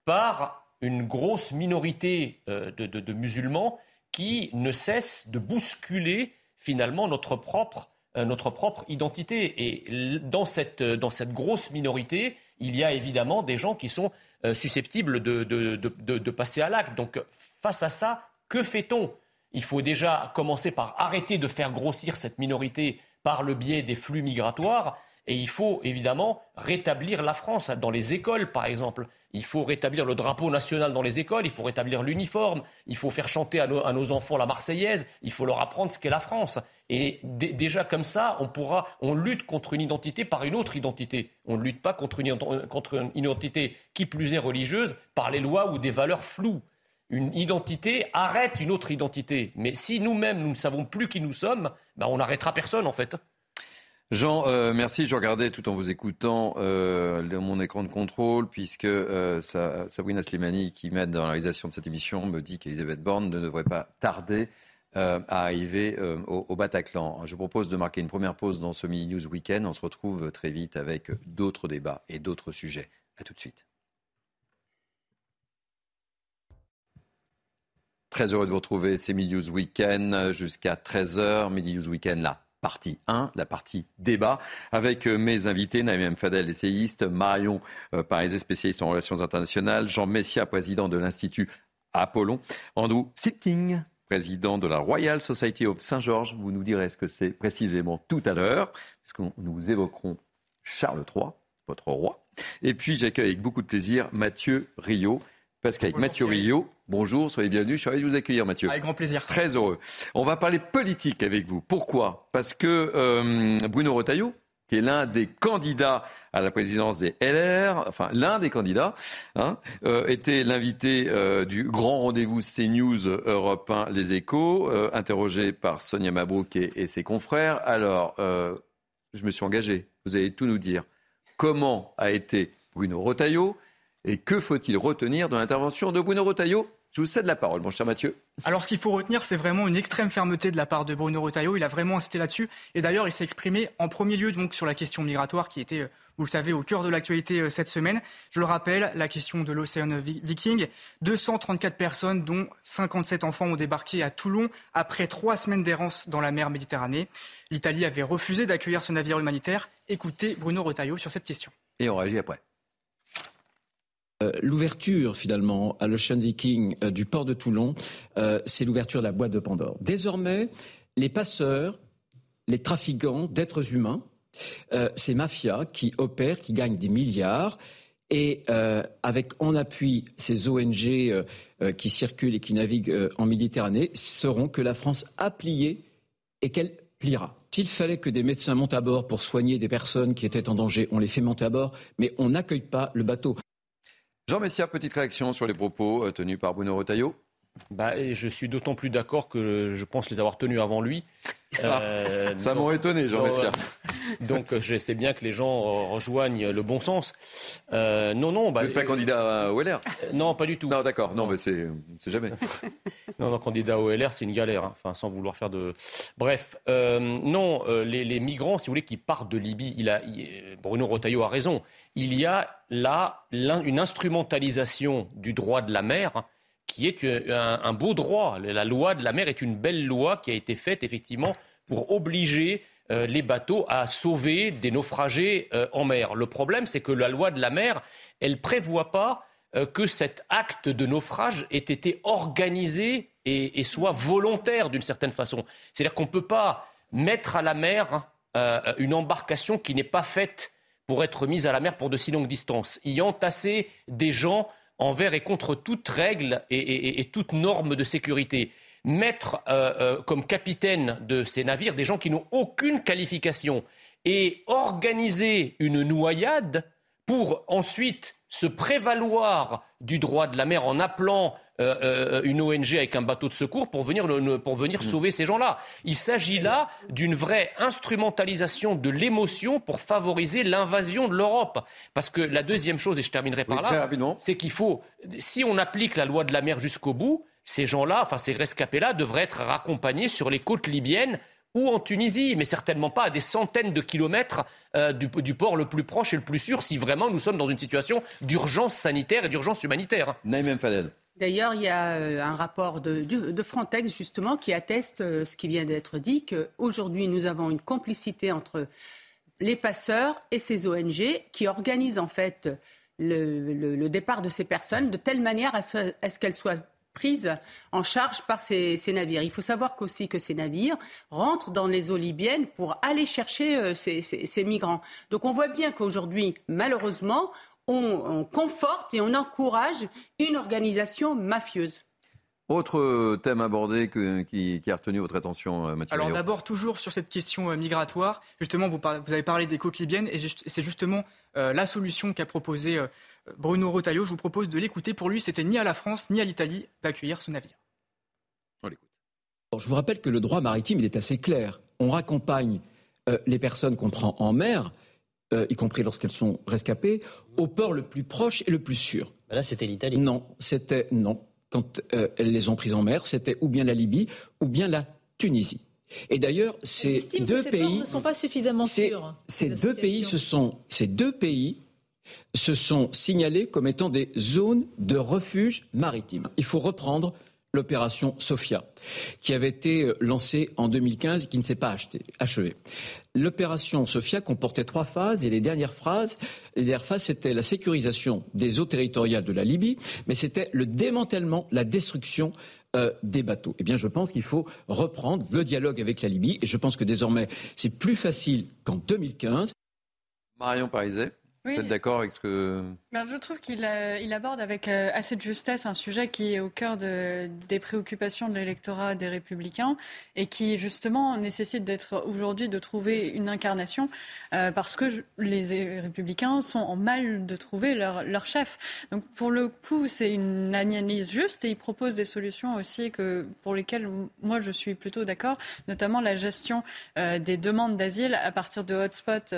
par une grosse minorité euh, de, de, de musulmans qui ne cesse de bousculer finalement notre propre, euh, notre propre identité. Et dans cette, dans cette grosse minorité, il y a évidemment des gens qui sont euh, susceptibles de, de, de, de, de passer à l'acte. Donc face à ça, que fait-on ? Il faut déjà commencer par arrêter de faire grossir cette minorité par le biais des flux migratoires. Et il faut évidemment rétablir la France dans les écoles, par exemple. Il faut rétablir le drapeau national dans les écoles, il faut rétablir l'uniforme, il faut faire chanter à nos, à nos enfants la Marseillaise, il faut leur apprendre ce qu'est la France. Et d- déjà comme ça, on pourra, on lutte contre une identité par une autre identité. On ne lutte pas contre une, contre une identité qui plus est religieuse par les lois ou des valeurs floues. Une identité arrête une autre identité. Mais si nous-mêmes, nous ne savons plus qui nous sommes, ben on n'arrêtera personne en fait. Jean, euh, merci. Je regardais tout en vous écoutant euh, mon écran de contrôle, puisque euh, ça, Sabrina Slimani, qui m'aide dans la réalisation de cette émission, me dit qu'Elisabeth Borne ne devrait pas tarder euh, à arriver euh, au, au Bataclan. Je propose de marquer une première pause dans ce Mini News Weekend. On se retrouve très vite avec d'autres débats et d'autres sujets. À tout de suite. Très heureux de vous retrouver. C'est Mini News Weekend jusqu'à treize heures. Mini News Weekend là. Partie un, la partie débat, avec mes invités, Naïm Fadel, essayiste, Marion euh, Parizet, spécialiste en relations internationales, Jean Messia, président de l'Institut Apollon, Andrew Sitking, président de la Royal Society of Saint-Georges. Vous nous direz ce que c'est précisément tout à l'heure, puisque nous évoquerons Charles trois, votre roi. Et puis j'accueille avec beaucoup de plaisir Mathieu Rio, parce qu'avec bonjour, Mathieu Thierry. Rio, bonjour, soyez bienvenus. Je suis ravi de vous accueillir, Mathieu. Avec grand plaisir. Très heureux. On va parler politique avec vous. Pourquoi ? Parce que euh, Bruno Retailleau, qui est l'un des candidats à la présidence des L R, enfin l'un des candidats, hein, euh, était l'invité euh, du grand rendez-vous CNews Europe un Les Échos, euh, interrogé par Sonia Mabrouk et, et ses confrères. Alors, euh, je me suis engagé. Vous allez tout nous dire. comment a été Bruno Retailleau et que faut-il retenir de l'intervention de Bruno Retailleau ? Je vous cède la parole, mon cher Mathieu. Alors, ce qu'il faut retenir, c'est vraiment une extrême fermeté de la part de Bruno Retailleau. Il a vraiment insisté là-dessus. Et d'ailleurs, il s'est exprimé en premier lieu donc, sur la question migratoire qui était, vous le savez, au cœur de l'actualité cette semaine. Je le rappelle, la question de l'Ocean Viking. deux cent trente-quatre personnes, dont cinquante-sept enfants, ont débarqué à Toulon après trois semaines d'errance dans la mer Méditerranée. L'Italie avait refusé d'accueillir ce navire humanitaire. Écoutez Bruno Retailleau sur cette question. Et on réagit après. Euh, l'ouverture, finalement, à l'Ocean Viking euh, du port de Toulon, euh, c'est l'ouverture de la boîte de Pandore. Désormais, les passeurs, les trafiquants d'êtres humains, euh, ces mafias qui opèrent, qui gagnent des milliards, et euh, avec en appui ces O N G euh, euh, qui circulent et qui naviguent euh, en Méditerranée, sauront que la France a plié et qu'elle pliera. S'il fallait que des médecins montent à bord pour soigner des personnes qui étaient en danger, on les fait monter à bord, mais on n'accueille pas le bateau. Jean Messia, petite réaction sur les propos euh, tenus par Bruno Retailleau. Bah, et je suis d'autant plus d'accord que je pense les avoir tenus avant lui. Euh, Ça m'aurait étonné, Jean Messia. Donc je sais bien que les gens rejoignent le bon sens. Euh, non, non. Bah, Vous n'êtes pas candidat au L R ? euh, Non, pas du tout. Non, d'accord. Non, non. mais c'est, c'est jamais. Non, non, candidat au L R, c'est une galère. Hein. Enfin, sans vouloir faire de. Bref, euh, non, euh, les, les migrants, si vous voulez, qui partent de Libye, il a, il, Bruno Retailleau a raison. Il y a là une instrumentalisation du droit de la mer qui est un, un beau droit. La loi de la mer est une belle loi qui a été faite effectivement pour obliger euh, les bateaux à sauver des naufragés euh, en mer. Le problème, c'est que la loi de la mer, elle ne prévoit pas euh, que cet acte de naufrage ait été organisé et, et soit volontaire d'une certaine façon. C'est-à-dire qu'on ne peut pas mettre à la mer euh, une embarcation qui n'est pas faite pour être mise à la mer pour de si longues distances, y entasser des gens envers et contre toute règle et, et, et toute norme de sécurité. Mettre euh, euh, comme capitaine de ces navires des gens qui n'ont aucune qualification et organiser une noyade pour ensuite se prévaloir du droit de la mer en appelant euh, euh, une O N G avec un bateau de secours pour venir, le, pour venir sauver ces gens-là. Il s'agit là d'une vraie instrumentalisation de l'émotion pour favoriser l'invasion de l'Europe. Parce que la deuxième chose, et je terminerai par oui, là, c'est qu'il faut, si on applique la loi de la mer jusqu'au bout, ces gens-là, enfin ces rescapés-là, devraient être raccompagnés sur les côtes libyennes ou en Tunisie, mais certainement pas à des centaines de kilomètres euh, du, du port le plus proche et le plus sûr, si vraiment nous sommes dans une situation d'urgence sanitaire et d'urgence humanitaire. Naïm M. Fadel. D'ailleurs, il y a euh, un rapport de, de Frontex, justement, qui atteste euh, ce qui vient d'être dit, qu'aujourd'hui, nous avons une complicité entre les passeurs et ces O N G qui organisent, en fait, le, le, le départ de ces personnes de telle manière à ce, à ce qu'elles soient prises en charge par ces, ces navires. Il faut savoir qu'aussi que ces navires rentrent dans les eaux libyennes pour aller chercher euh, ces, ces, ces migrants. Donc on voit bien qu'aujourd'hui, malheureusement, on, on conforte et on encourage une organisation mafieuse. Autre thème abordé que, qui, qui a retenu votre attention, Mathieu. Alors Maillot. d'abord, toujours sur cette question euh, migratoire, justement, vous, par, vous avez parlé des côtes libyennes et juste, c'est justement euh, la solution qu'a proposée euh, Bruno Retailleau. Je vous propose de l'écouter. Pour lui, c'était ni à la France ni à l'Italie d'accueillir ce navire. On l'écoute. Alors, je vous rappelle que le droit maritime, il est assez clair. On raccompagne euh, les personnes qu'on prend en mer, euh, y compris lorsqu'elles sont rescapées, au port le plus proche et le plus sûr. Ben là, c'était l'Italie. Non, c'était non. Quand euh, elles les ont prises en mer, c'était ou bien la Libye ou bien la Tunisie. Et d'ailleurs, ces deux que ces pays ports ne sont pas suffisamment sûrs. Ces deux pays, se sont, ces deux pays se sont signalés comme étant des zones de refuge maritime. Il faut reprendre l'opération Sophia, qui avait été lancée en deux mille quinze et qui ne s'est pas acheté, achevée. L'opération Sophia comportait trois phases et les dernières phases, les dernières phases, c'était la sécurisation des eaux territoriales de la Libye, mais c'était le démantèlement, la destruction euh, des bateaux. Eh bien, je pense qu'il faut reprendre le dialogue avec la Libye et je pense que désormais, c'est plus facile qu'en deux mille quinze. Marion Pariset. Oui. Vous êtes d'accord avec ce que... Ben, je trouve qu'il euh, il aborde avec euh, assez de justesse un sujet qui est au cœur de, des préoccupations de l'électorat des Républicains et qui justement nécessite d'être aujourd'hui de trouver une incarnation euh, parce que je, les Républicains sont en mal de trouver leur, leur chef. Donc pour le coup, c'est une analyse juste et il propose des solutions aussi que, pour lesquelles moi je suis plutôt d'accord, notamment la gestion euh, des demandes d'asile à partir de hotspots euh,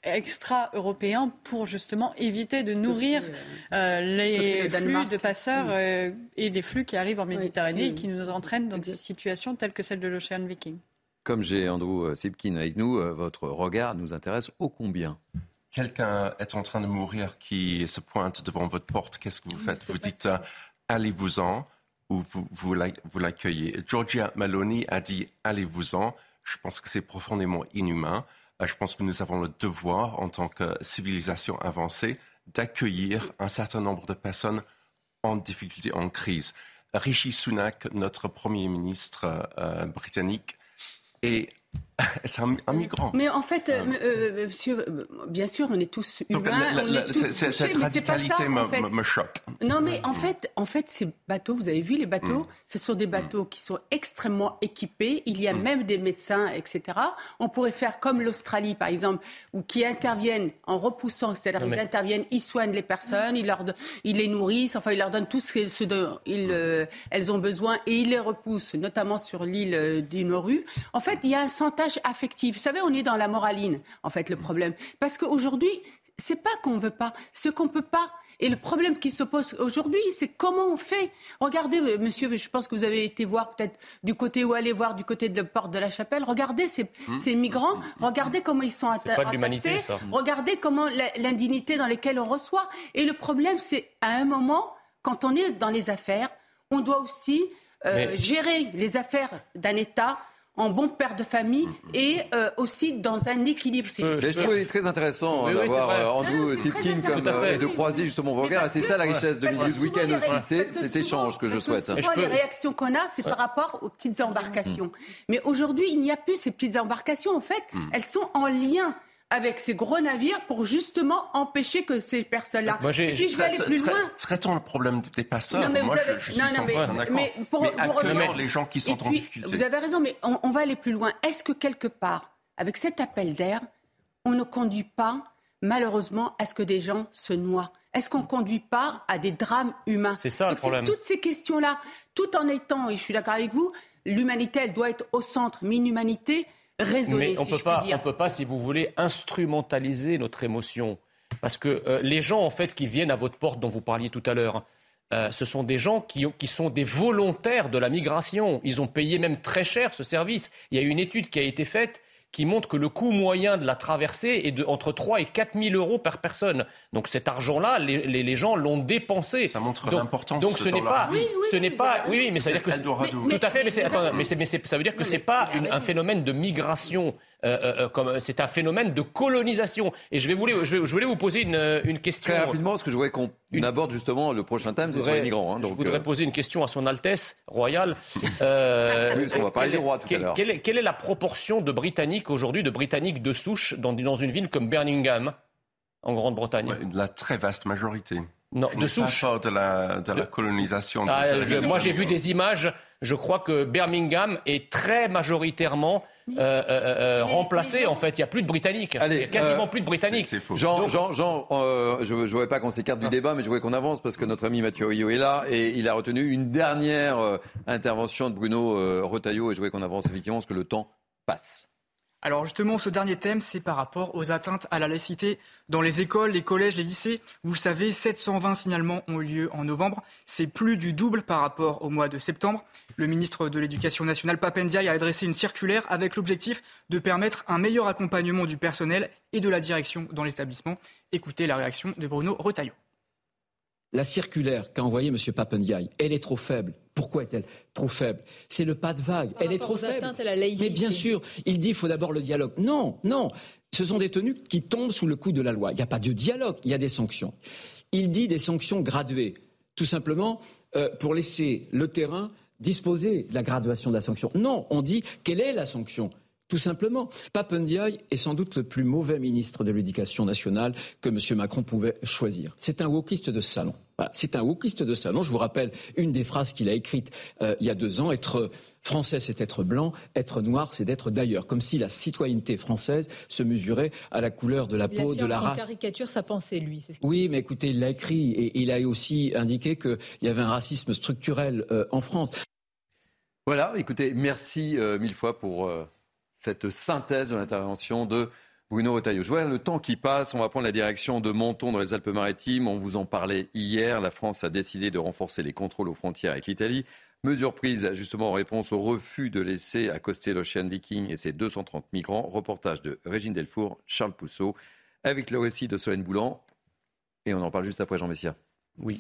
extra-européens pour justement éviter de nourrir euh, les flux de passeurs euh, et les flux qui arrivent en Méditerranée et qui nous entraînent dans des situations telles que celle de l'Ocean Viking. Comme j'ai Andrew Sipkin avec nous, votre regard nous intéresse ô combien. Quelqu'un est en train de mourir qui se pointe devant votre porte, qu'est-ce que vous faites? Vous dites euh, allez-vous-en ou vous, vous, vous l'accueillez. Giorgia Meloni a dit allez-vous-en. Je pense que c'est profondément inhumain. Je pense que nous avons le devoir, en tant que civilisation avancée, d'accueillir un certain nombre de personnes en difficulté, en crise. Rishi Sunak, notre Premier ministre euh, britannique, est, est un, un migrant. Mais en fait, euh, euh, monsieur, bien sûr, on est tous humains, Donc, la, la, on est tous touchés, cette mais c'est pas ça, me, en fait. me choque. Non, mais en fait, en fait, ces bateaux, vous avez vu les bateaux, mm. ce sont des bateaux mm. qui sont extrêmement équipés. Il y a mm. même des médecins, et cetera. On pourrait faire comme l'Australie, par exemple, où qui interviennent en repoussant, c'est-à-dire non, ils mais... interviennent, ils soignent les personnes, ils, leur, ils les nourrissent, enfin, ils leur donnent tout ce, ce dont ils, euh, elles ont besoin et ils les repoussent, notamment sur l'île du Nauru. En fait, il y a un chantage affectif. Vous savez, on est dans la moraline, en fait, le problème. Parce qu'aujourd'hui, c'est pas qu'on veut pas, ce qu'on peut pas. Et le problème qui se pose aujourd'hui, c'est comment on fait. Regardez, monsieur, je pense que vous avez été voir peut-être du côté où aller voir du côté de la porte de la Chapelle. Regardez ces, mmh. ces migrants, regardez comment ils sont atta- attaqués, regardez comment la, l'indignité dans laquelle on reçoit. Et le problème, c'est à un moment, quand on est dans les affaires, on doit aussi euh, Mais... gérer les affaires d'un État en bon père de famille et euh, aussi dans un équilibre. Si je, je, je trouvais très intéressant oui, d'avoir oui, euh, Andrew Sipkin comme euh, et de croiser justement vos regards. C'est ça la richesse de Milius Weekend aussi, c'est cet souvent, échange que je souhaite. Souvent, je les réactions qu'on a, c'est ouais. par rapport aux petites embarcations. Mmh. Mais aujourd'hui, il n'y a plus ces petites embarcations. En fait, mmh. elles sont en lien avec ces gros navires pour justement empêcher que ces personnes-là... Moi, j'ai, et puis, je vais aller plus loin. Traitons le problème des passeurs. Non, mais Moi, avez... je, je non, suis non, mais, d'accord. Mais, pour, mais pour accueillir les gens qui sont puis, en difficulté. Vous avez raison, mais on, on va aller plus loin. Est-ce que quelque part, avec cet appel d'air, on ne conduit pas, malheureusement, à ce que des gens se noient? Est-ce qu'on ne conduit pas à des drames humains? C'est ça, Donc, le problème. Toutes ces questions-là, tout en étant, et je suis d'accord avec vous, l'humanité, elle doit être au centre, mais une humanité... raisonner, mais on si peut je pas, puis dire. on peut pas, si vous voulez, instrumentaliser notre émotion. Parce que euh, les gens, en fait, qui viennent à votre porte, dont vous parliez tout à l'heure, euh, ce sont des gens qui, qui sont des volontaires de la migration. Ils ont payé même très cher ce service. Il y a une étude qui a été faite qui montre que le coût moyen de la traversée est de entre trois et quatre mille euros par personne. Donc cet argent-là, les, les, les gens l'ont dépensé. Ça montre donc, l'importance. Donc ce n'est pas, oui, oui, ce n'est pas, oui, oui, mais ça veut dire que mais, mais, tout à fait, mais, c'est, attends, mais, c'est, mais c'est, ça veut dire que c'est pas une, un phénomène de migration. Euh, euh, comme, c'est un phénomène de colonisation. Et je, vais vous, je, vais, je voulais vous poser une, une question. Très rapidement, parce que je voudrais qu'on une... aborde justement le prochain thème, c'est sur les migrants. Hein, donc, je voudrais euh... poser une question à son Altesse royale. Euh, oui, parce qu'on va parler du roi tout quelle, à l'heure. Quelle est, quelle est la proportion de Britanniques aujourd'hui, de Britanniques de souche, dans, dans une ville comme Birmingham, en Grande-Bretagne? Ouais, la très vaste majorité. Non, je de souche. Pas de la, de la colonisation. Ah, de, de je, moi, j'ai vu des images. Je crois que Birmingham est très majoritairement euh, euh, euh, remplacé. En fait, il n'y a plus de Britanniques. Allez, il n'y a quasiment euh, plus de Britanniques. C'est, c'est faux. Jean, Donc, Jean, Jean euh, je ne voudrais pas qu'on s'écarte du débat, mais je voudrais qu'on avance parce que notre ami Mathieu Rio est là et il a retenu une dernière euh, intervention de Bruno euh, Retailleau et je voudrais qu'on avance effectivement parce que le temps passe. Alors justement, ce dernier thème, c'est par rapport aux atteintes à la laïcité dans les écoles, les collèges, les lycées. Vous le savez, sept cent vingt signalements ont eu lieu en novembre. C'est plus du double par rapport au mois de septembre. Le ministre de l'Éducation nationale, Pap Ndiaye, a adressé une circulaire avec l'objectif de permettre un meilleur accompagnement du personnel et de la direction dans l'établissement. Écoutez la réaction de Bruno Retailleau. La circulaire qu'a envoyée M. Pap Ndiaye, elle est trop faible. Pourquoi est-elle trop faible? C'est le pas de vague. Par elle est trop faible. À la laïcité. Mais bien sûr, il dit qu'il faut d'abord le dialogue. Non, non. Ce sont des tenues qui tombent sous le coup de la loi. Il n'y a pas de dialogue, il y a des sanctions. Il dit des sanctions graduées. Tout simplement euh, pour laisser le terrain disposer de la graduation de la sanction. Non, on dit quelle est la sanction? Tout simplement. Pap Ndiaye est sans doute le plus mauvais ministre de l'Éducation nationale que M. Macron pouvait choisir. C'est un wokiste de salon. Voilà. C'est un wokiste de salon. Je vous rappelle une des phrases qu'il a écrites euh, il y a deux ans. Être français, c'est être blanc. Être noir, c'est d'être d'ailleurs. Comme si la citoyenneté française se mesurait à la couleur de la il peau, de la race. Il caricature sa pensée, lui. C'est ce oui, mais écoutez, il l'a écrit. Et il a aussi indiqué qu'il y avait un racisme structurel euh, en France. Voilà, écoutez, merci euh, mille fois pour... Euh... cette synthèse de l'intervention de Bruno Retailleau, je vois le temps qui passe. On va prendre la direction de Menton dans les Alpes-Maritimes. On vous en parlait hier. La France a décidé de renforcer les contrôles aux frontières avec l'Italie. Mesure prise justement en réponse au refus de laisser accoster l'Ocean Viking et ses deux cent trente migrants. Reportage de Régine Delfour, Charles Pousseau, avec le récit de Solène Boulan. Et on en parle juste après, Jean Messia. Oui.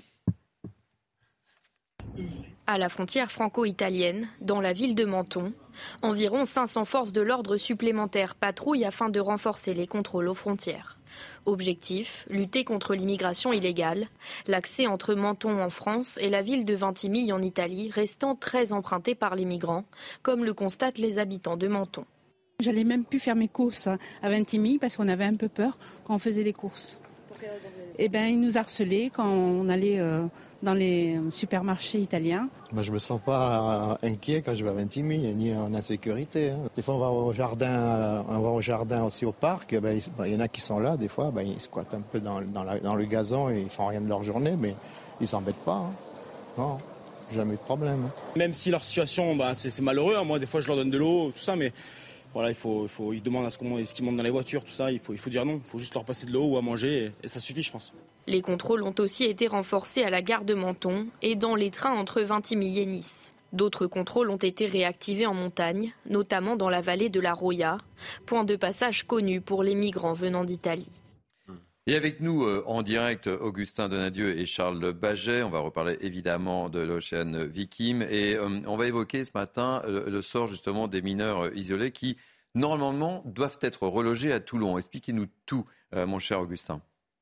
À la frontière franco-italienne, dans la ville de Menton, environ cinq cents forces de l'ordre supplémentaires patrouillent afin de renforcer les contrôles aux frontières. Objectif, lutter contre l'immigration illégale, l'accès entre Menton en France et la ville de Ventimille en Italie restant très empruntée par les migrants, comme le constatent les habitants de Menton. J'allais même plus faire mes courses à Ventimille parce qu'on avait un peu peur quand on faisait les courses. Eh ben, ils nous harcelaient quand on allait euh, dans les supermarchés italiens. Moi, je ne me sens pas inquiet quand je vais à Ventimille, ni en insécurité. Hein. Des fois, on va au jardin, on va au jardin aussi au parc. Ben, il y en a qui sont là, des fois, ben, ils squattent un peu dans, dans, la, dans le gazon et ils ne font rien de leur journée, mais ils ne s'embêtent pas. Hein. Non, jamais de problème. Même si leur situation, ben, c'est, c'est malheureux. Hein. Moi, des fois, je leur donne de l'eau, tout ça, mais... Voilà, il faut, il faut, ils demandent à ce, qu'on, ce qu'ils montent dans les voitures, tout ça. Il faut, il faut dire non. Il faut juste leur passer de l'eau ou à manger et, et ça suffit, je pense. Les contrôles ont aussi été renforcés à la gare de Menton et dans les trains entre Vintimille et Nice. D'autres contrôles ont été réactivés en montagne, notamment dans la vallée de la Roya, point de passage connu pour les migrants venant d'Italie. Et avec nous euh, en direct, Augustin Donadieu et Charles Baget. On va reparler évidemment de l'Ocean Viking. Et euh, on va évoquer ce matin le, le sort justement des mineurs isolés qui, normalement, doivent être relogés à Toulon. Expliquez-nous tout, euh, mon cher Augustin.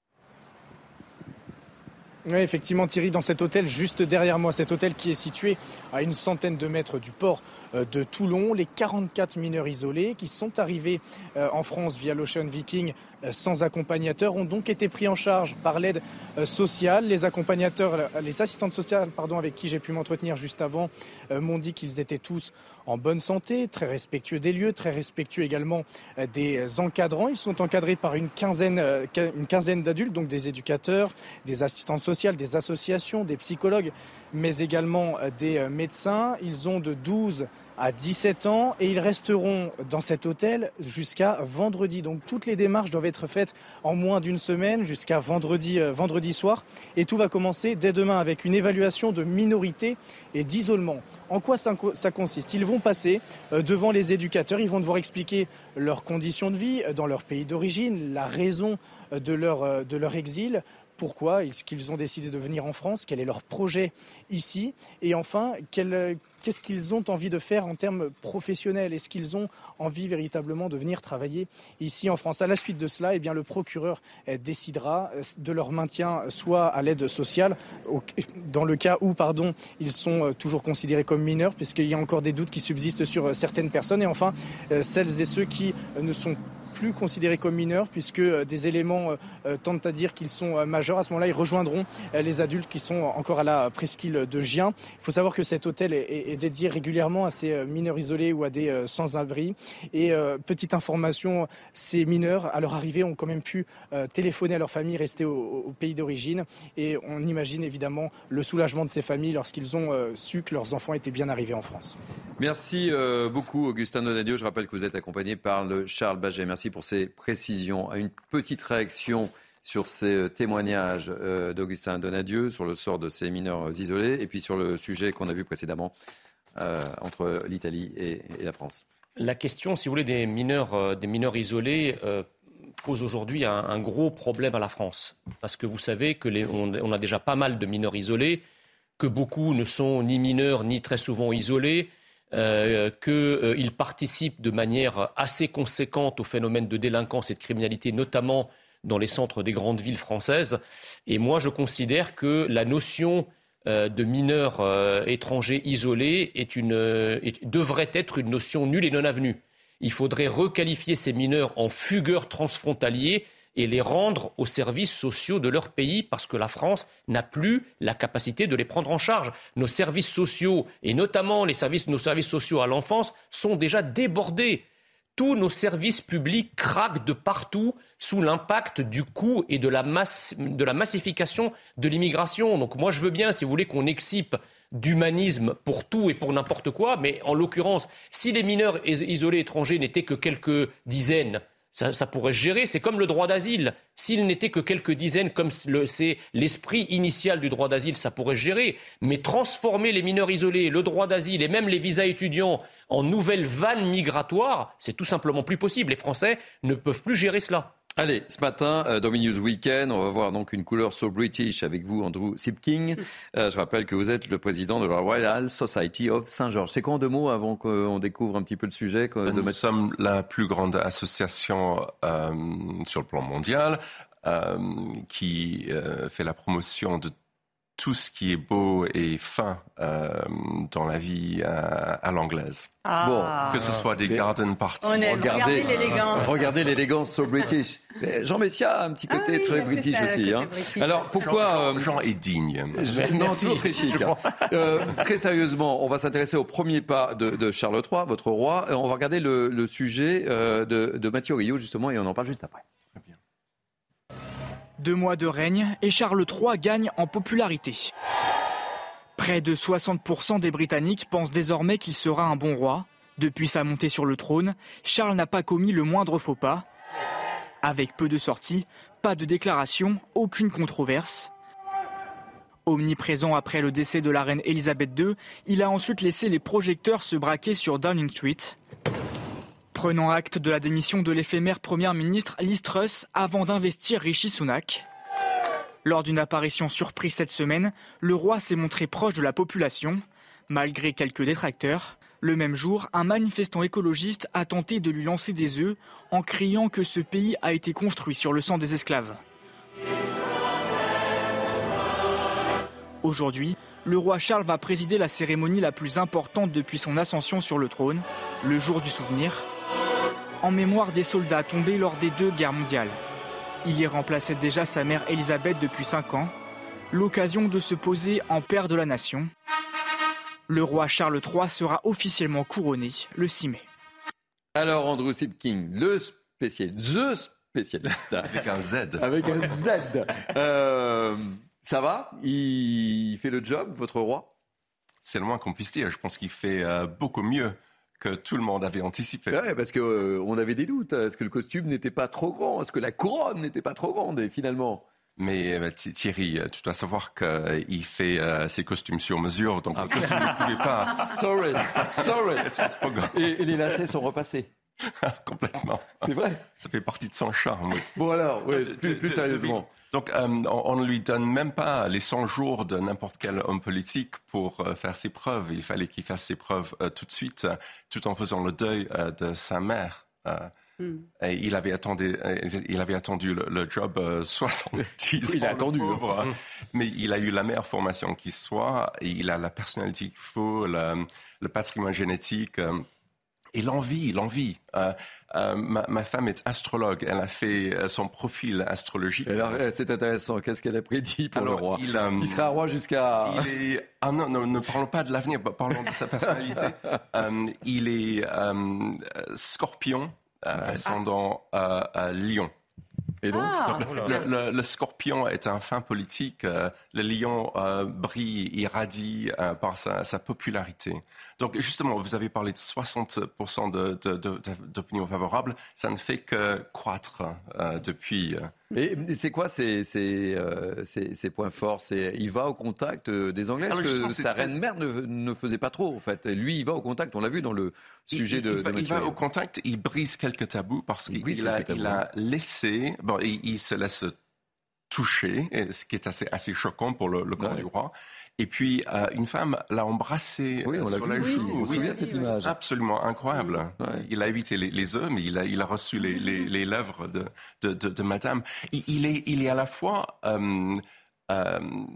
Oui, effectivement, Thierry, dans cet hôtel juste derrière moi, cet hôtel qui est situé à une centaine de mètres du port de Toulon, les quarante-quatre mineurs isolés qui sont arrivés en France via l'Ocean Viking sans accompagnateur ont donc été pris en charge par l'aide sociale. Les accompagnateurs, les assistantes sociales, pardon, avec qui j'ai pu m'entretenir juste avant, m'ont dit qu'ils étaient tous en bonne santé, très respectueux des lieux, très respectueux également des encadrants. Ils sont encadrés par une quinzaine, une quinzaine d'adultes, donc des éducateurs, des assistantes sociales, des associations, des psychologues, mais également des médecins. Ils ont de douze à dix-sept ans et ils resteront dans cet hôtel jusqu'à vendredi. Donc toutes les démarches doivent être faites en moins d'une semaine jusqu'à vendredi, euh, vendredi soir. Et tout va commencer dès demain avec une évaluation de minorité et d'isolement. En quoi ça, ça consiste ? Ils vont passer euh, devant les éducateurs, ils vont devoir expliquer leurs conditions de vie dans leur pays d'origine, la raison de leur, euh, de leur exil. Pourquoi est-ce qu'ils ont décidé de venir en France ? Quel est leur projet ici ? Et enfin, quel, qu'est-ce qu'ils ont envie de faire en termes professionnels ? Est-ce qu'ils ont envie véritablement de venir travailler ici en France ? À la suite de cela, eh bien, le procureur décidera de leur maintien soit à l'aide sociale, dans le cas où pardon, ils sont toujours considérés comme mineurs, puisqu'il y a encore des doutes qui subsistent sur certaines personnes. Et enfin, celles et ceux qui ne sont plus considérés comme mineurs puisque des éléments euh, tentent à dire qu'ils sont euh, majeurs. À ce moment-là, ils rejoindront euh, les adultes qui sont encore à la presqu'île de Gien. Il faut savoir que cet hôtel est, est, est dédié régulièrement à ces euh, mineurs isolés ou à des euh, sans-abri. Et euh, petite information, ces mineurs, à leur arrivée, ont quand même pu euh, téléphoner à leur famille restée au, au pays d'origine. Et on imagine évidemment le soulagement de ces familles lorsqu'ils ont euh, su que leurs enfants étaient bien arrivés en France. Merci euh, beaucoup, Augustin Donadieu. Je rappelle que vous êtes accompagné par le Charles Baget. Merci pour ces précisions. Une petite réaction sur ces témoignages euh, d'Augustin Donadieu sur le sort de ces mineurs isolés et puis sur le sujet qu'on a vu précédemment euh, entre l'Italie et, et la France. La question, si vous voulez, des mineurs, euh, des mineurs isolés euh, pose aujourd'hui un, un gros problème à la France. Parce que vous savez qu'on on a déjà pas mal de mineurs isolés, que beaucoup ne sont ni mineurs ni très souvent isolés, Euh, qu'ils euh, participent de manière assez conséquente au phénomène de délinquance et de criminalité, notamment dans les centres des grandes villes françaises. Et moi, je considère que la notion euh, de mineurs euh, étrangers isolés est une, euh, est, devrait être une notion nulle et non avenue. Il faudrait requalifier ces mineurs en fugueurs transfrontaliers et les rendre aux services sociaux de leur pays parce que la France n'a plus la capacité de les prendre en charge. Nos services sociaux, et notamment les services, nos services sociaux à l'enfance, sont déjà débordés. Tous nos services publics craquent de partout sous l'impact du coût et de la, masse, de la massification de l'immigration. Donc moi je veux bien, si vous voulez, qu'on excipe d'humanisme pour tout et pour n'importe quoi, mais en l'occurrence, si les mineurs isolés étrangers n'étaient que quelques dizaines, Ça, ça pourrait se gérer. C'est comme le droit d'asile. S'il n'était que quelques dizaines, comme le, c'est l'esprit initial du droit d'asile, ça pourrait se gérer. Mais transformer les mineurs isolés, le droit d'asile et même les visas étudiants en nouvelles vannes migratoires, c'est tout simplement plus possible. Les Français ne peuvent plus gérer cela. Allez, ce matin, euh, dans Mini News Weekend, on va voir donc une couleur so British avec vous, Andrew Sipking. Euh, je rappelle que vous êtes le président de la Royal Society of Saint-Georges. C'est quoi en deux mots avant qu'on découvre un petit peu le sujet de Nous Mathieu sommes la plus grande association euh, sur le plan mondial euh, qui euh, fait la promotion de tout ce qui est beau et fin euh, dans la vie à, à l'anglaise. Ah. Bon, que ce soit des garden parties. On aime. Regardez l'élégance. Regardez l'élégance so British. Jean Messia a un petit côté ah oui, très british aussi. Hein. British. Alors pourquoi Jean, Jean, Jean est digne. Je, non, toujours très chic. Hein. Euh, très sérieusement, on va s'intéresser au premier pas de, de Charles trois, votre roi. On va regarder le, le sujet euh, de, de Mathieu Rio justement et on en parle juste après. Deux mois de règne et Charles trois gagne en popularité. Près de soixante pour cent des Britanniques pensent désormais qu'il sera un bon roi. Depuis sa montée sur le trône, Charles n'a pas commis le moindre faux pas. Avec peu de sorties, pas de déclarations, aucune controverse. Omniprésent après le décès de la reine Elisabeth deux, il a ensuite laissé les projecteurs se braquer sur Downing Street. Prenant acte de la démission de l'éphémère première ministre Liz Truss avant d'investir Rishi Sunak. Lors d'une apparition surprise cette semaine, le roi s'est montré proche de la population, malgré quelques détracteurs. Le même jour, un manifestant écologiste a tenté de lui lancer des œufs en criant que ce pays a été construit sur le sang des esclaves. Aujourd'hui, le roi Charles va présider la cérémonie la plus importante depuis son ascension sur le trône, le jour du souvenir, en mémoire des soldats tombés lors des deux guerres mondiales. Il y remplaçait déjà sa mère Elisabeth depuis cinq ans, l'occasion de se poser en père de la nation. Le roi Charles trois sera officiellement couronné le six mai. Alors Andrew Sipking, le spécialiste, the spécialiste. Avec un Z. Avec un Z. Euh, ça va ? Il fait le job, votre roi ? C'est le moins qu'on puisse dire. Je pense qu'il fait euh, beaucoup mieux que tout le monde avait anticipé. Ouais, parce qu'on euh, avait des doutes. Est-ce que le costume n'était pas trop grand ? Est-ce que la couronne n'était pas trop grande ? Et finalement... Mais euh, Thierry, tu dois savoir qu'il euh, fait euh, ses costumes sur mesure, donc ah, le costume ne pouvait pas... Sorry, sorry. et, et les lacets sont repassés. Complètement. C'est vrai. Ça fait partie de son charme. Oui. Bon alors, ouais, plus, plus sérieusement. Donc, euh, on ne lui donne même pas les cent jours de n'importe quel homme politique pour euh, faire ses preuves. Il fallait qu'il fasse ses preuves euh, tout de suite, euh, tout en faisant le deuil euh, de sa mère. Euh, mm. Et il avait attendu, il avait attendu le, le job euh, soixante-dix ans. Il a attendu. Pauvre, hein. Mais il a eu la meilleure formation qui soit. Et il a la personnalité qu'il faut, le, le patrimoine génétique. Euh, Et l'envie, l'envie. Euh, euh, ma, ma femme est astrologue. Elle a fait euh, son profil astrologique. Alors, c'est intéressant. Qu'est-ce qu'elle a prédit pour Alors, le roi ? il, euh, il sera roi jusqu'à... Il est... Ah non, non, ne parlons pas de l'avenir, parlons de sa personnalité. euh, il est euh, scorpion, euh, ascendant euh, euh, lion. Et donc, ah. le, le, le scorpion est un fin politique. Euh, le lion euh, brille, irradie euh, par sa, sa popularité. Donc, justement, vous avez parlé de soixante pour cent de, de, de, d'opinions favorables. Ça ne fait que croître euh, depuis. Et c'est quoi ces, ces, euh, ces, ces points forts ? C'est, il va au contact des Anglais, parce que sa très... reine-mère ne, ne faisait pas trop, en fait. Lui, il va au contact, on l'a vu dans le sujet il, de, il va, de Il va au contact, il brise quelques tabous, parce qu'il il a, il a laissé... Bon, il, il se laisse toucher, ce qui est assez, assez choquant pour le, le corps ouais. du roi. Et puis, euh, une femme l'a embrassé oui, on sur l'a la vu, joue. Oui, on se souvient de cette image. Absolument incroyable. Ouais. Il a évité les, les œufs, mais il a, il a reçu les, les, les lèvres de, de, de, de madame. Il, il, est, il est à la fois euh, euh,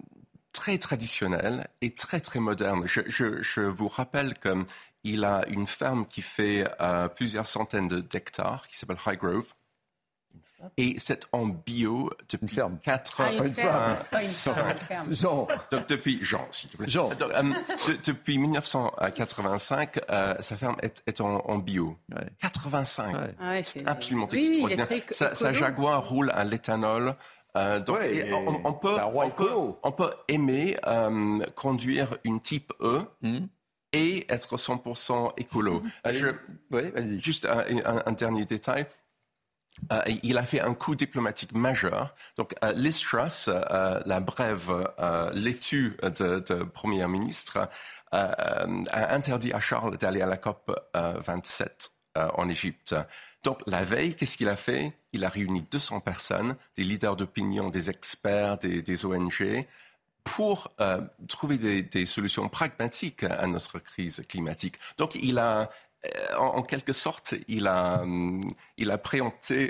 très traditionnel et très, très moderne. Je, je, je vous rappelle qu'il a une ferme qui fait euh, plusieurs centaines d'hectares, qui s'appelle Highgrove. Et c'est en bio depuis quatre ah, une ferme. Ah, une ferme. Jean. Donc depuis Jean, s'il te plaît. Jean. Donc, euh, de, depuis dix-neuf cent quatre-vingt-cinq, euh, sa ferme est, est en, en bio. Ouais. quatre-vingt-cinq. Ouais. Ouais, c'est, c'est absolument oui, extraordinaire. Oui, sa, sa Jaguar roule à l'éthanol. Euh, donc, ouais, et on, on, peut, on, peut, on peut aimer euh, conduire une type E. Mm. Et être cent pour cent écolo. Allez, Je, ouais, allez-y. Juste un, un, un dernier détail. Euh, il a fait un coup diplomatique majeur. Donc, euh, Liz Truss, euh, la brève euh, laitue de, de Premier ministre, euh, a interdit à Charles d'aller à la COP euh, vingt-sept euh, en Égypte. Donc, la veille, qu'est-ce qu'il a fait? Il a réuni deux cents personnes, des leaders d'opinion, des experts, des, des O N G, pour euh, trouver des, des solutions pragmatiques à notre crise climatique. Donc, il a... En, en quelque sorte, il a, il a préempté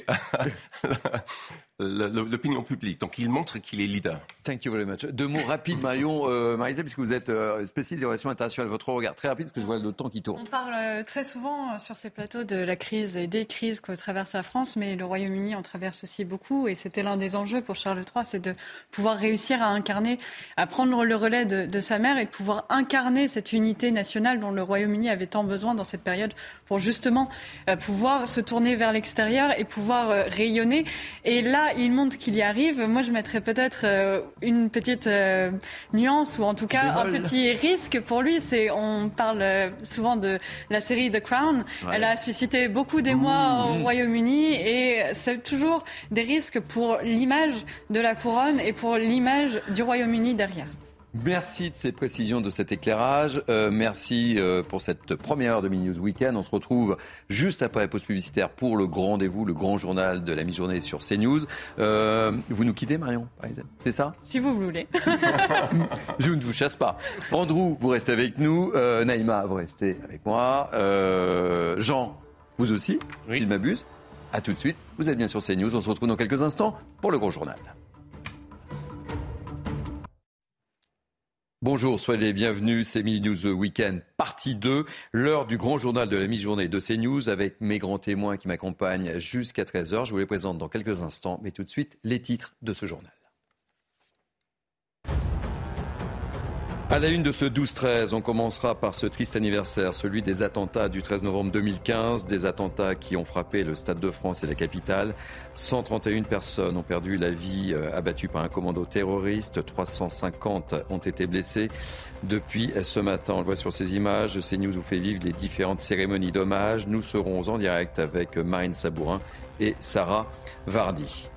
l'opinion publique. Donc, il montre qu'il est leader. Thank you very much. Deux mots rapides, Marion, euh, Marie-Isabelle, puisque vous êtes euh, spécialiste des relations internationales. Votre regard très rapide, parce que je vois le temps qui tourne. On parle très souvent sur ces plateaux de la crise et des crises que traverse la France, mais le Royaume-Uni en traverse aussi beaucoup. Et c'était l'un des enjeux pour Charles trois, c'est de pouvoir réussir à incarner, à prendre le relais de, de sa mère et de pouvoir incarner cette unité nationale dont le Royaume-Uni avait tant besoin dans cette période pour justement euh, pouvoir se tourner vers l'extérieur et pouvoir euh, rayonner. Et là, il montre qu'il y arrive. Moi, je mettrais peut-être euh, une petite euh, nuance ou en tout cas Bémol. Un petit risque pour lui. C'est, on parle euh, souvent de la série The Crown. Ouais. Elle a suscité beaucoup d'émoi mmh. au Royaume-Uni et c'est toujours des risques pour l'image de la couronne et pour l'image du Royaume-Uni derrière. Merci de ces précisions, de cet éclairage. Euh, merci euh, pour cette première heure de Mini News Weekend. On se retrouve juste après la pause publicitaire pour le grand rendez-vous, le grand journal de la mi-journée sur CNews. Euh, vous nous quittez, Marion, c'est ça? Si vous voulez. Je ne vous chasse pas. Andrew, vous restez avec nous. Euh, Naïma, vous restez avec moi. Euh, Jean, vous aussi, oui. Si je ne m'abuse. À tout de suite. Vous êtes bien sur CNews. On se retrouve dans quelques instants pour le grand journal. Bonjour, soyez les bienvenus, c'est Mini News Weekend, partie deux, l'heure du grand journal de la mi-journée de CNews avec mes grands témoins qui m'accompagnent jusqu'à treize heures. Je vous les présente dans quelques instants, mais tout de suite, les titres de ce journal. À la une de ce douze treize, on commencera par ce triste anniversaire, celui des attentats du treize novembre deux mille quinze, des attentats qui ont frappé le Stade de France et la capitale. cent trente et une personnes ont perdu la vie abattues par un commando terroriste, trois cent cinquante ont été blessés. Depuis ce matin, on le voit sur ces images, CNews vous fait vivre les différentes cérémonies d'hommage. Nous serons en direct avec Marine Sabourin et Sarah Vardy.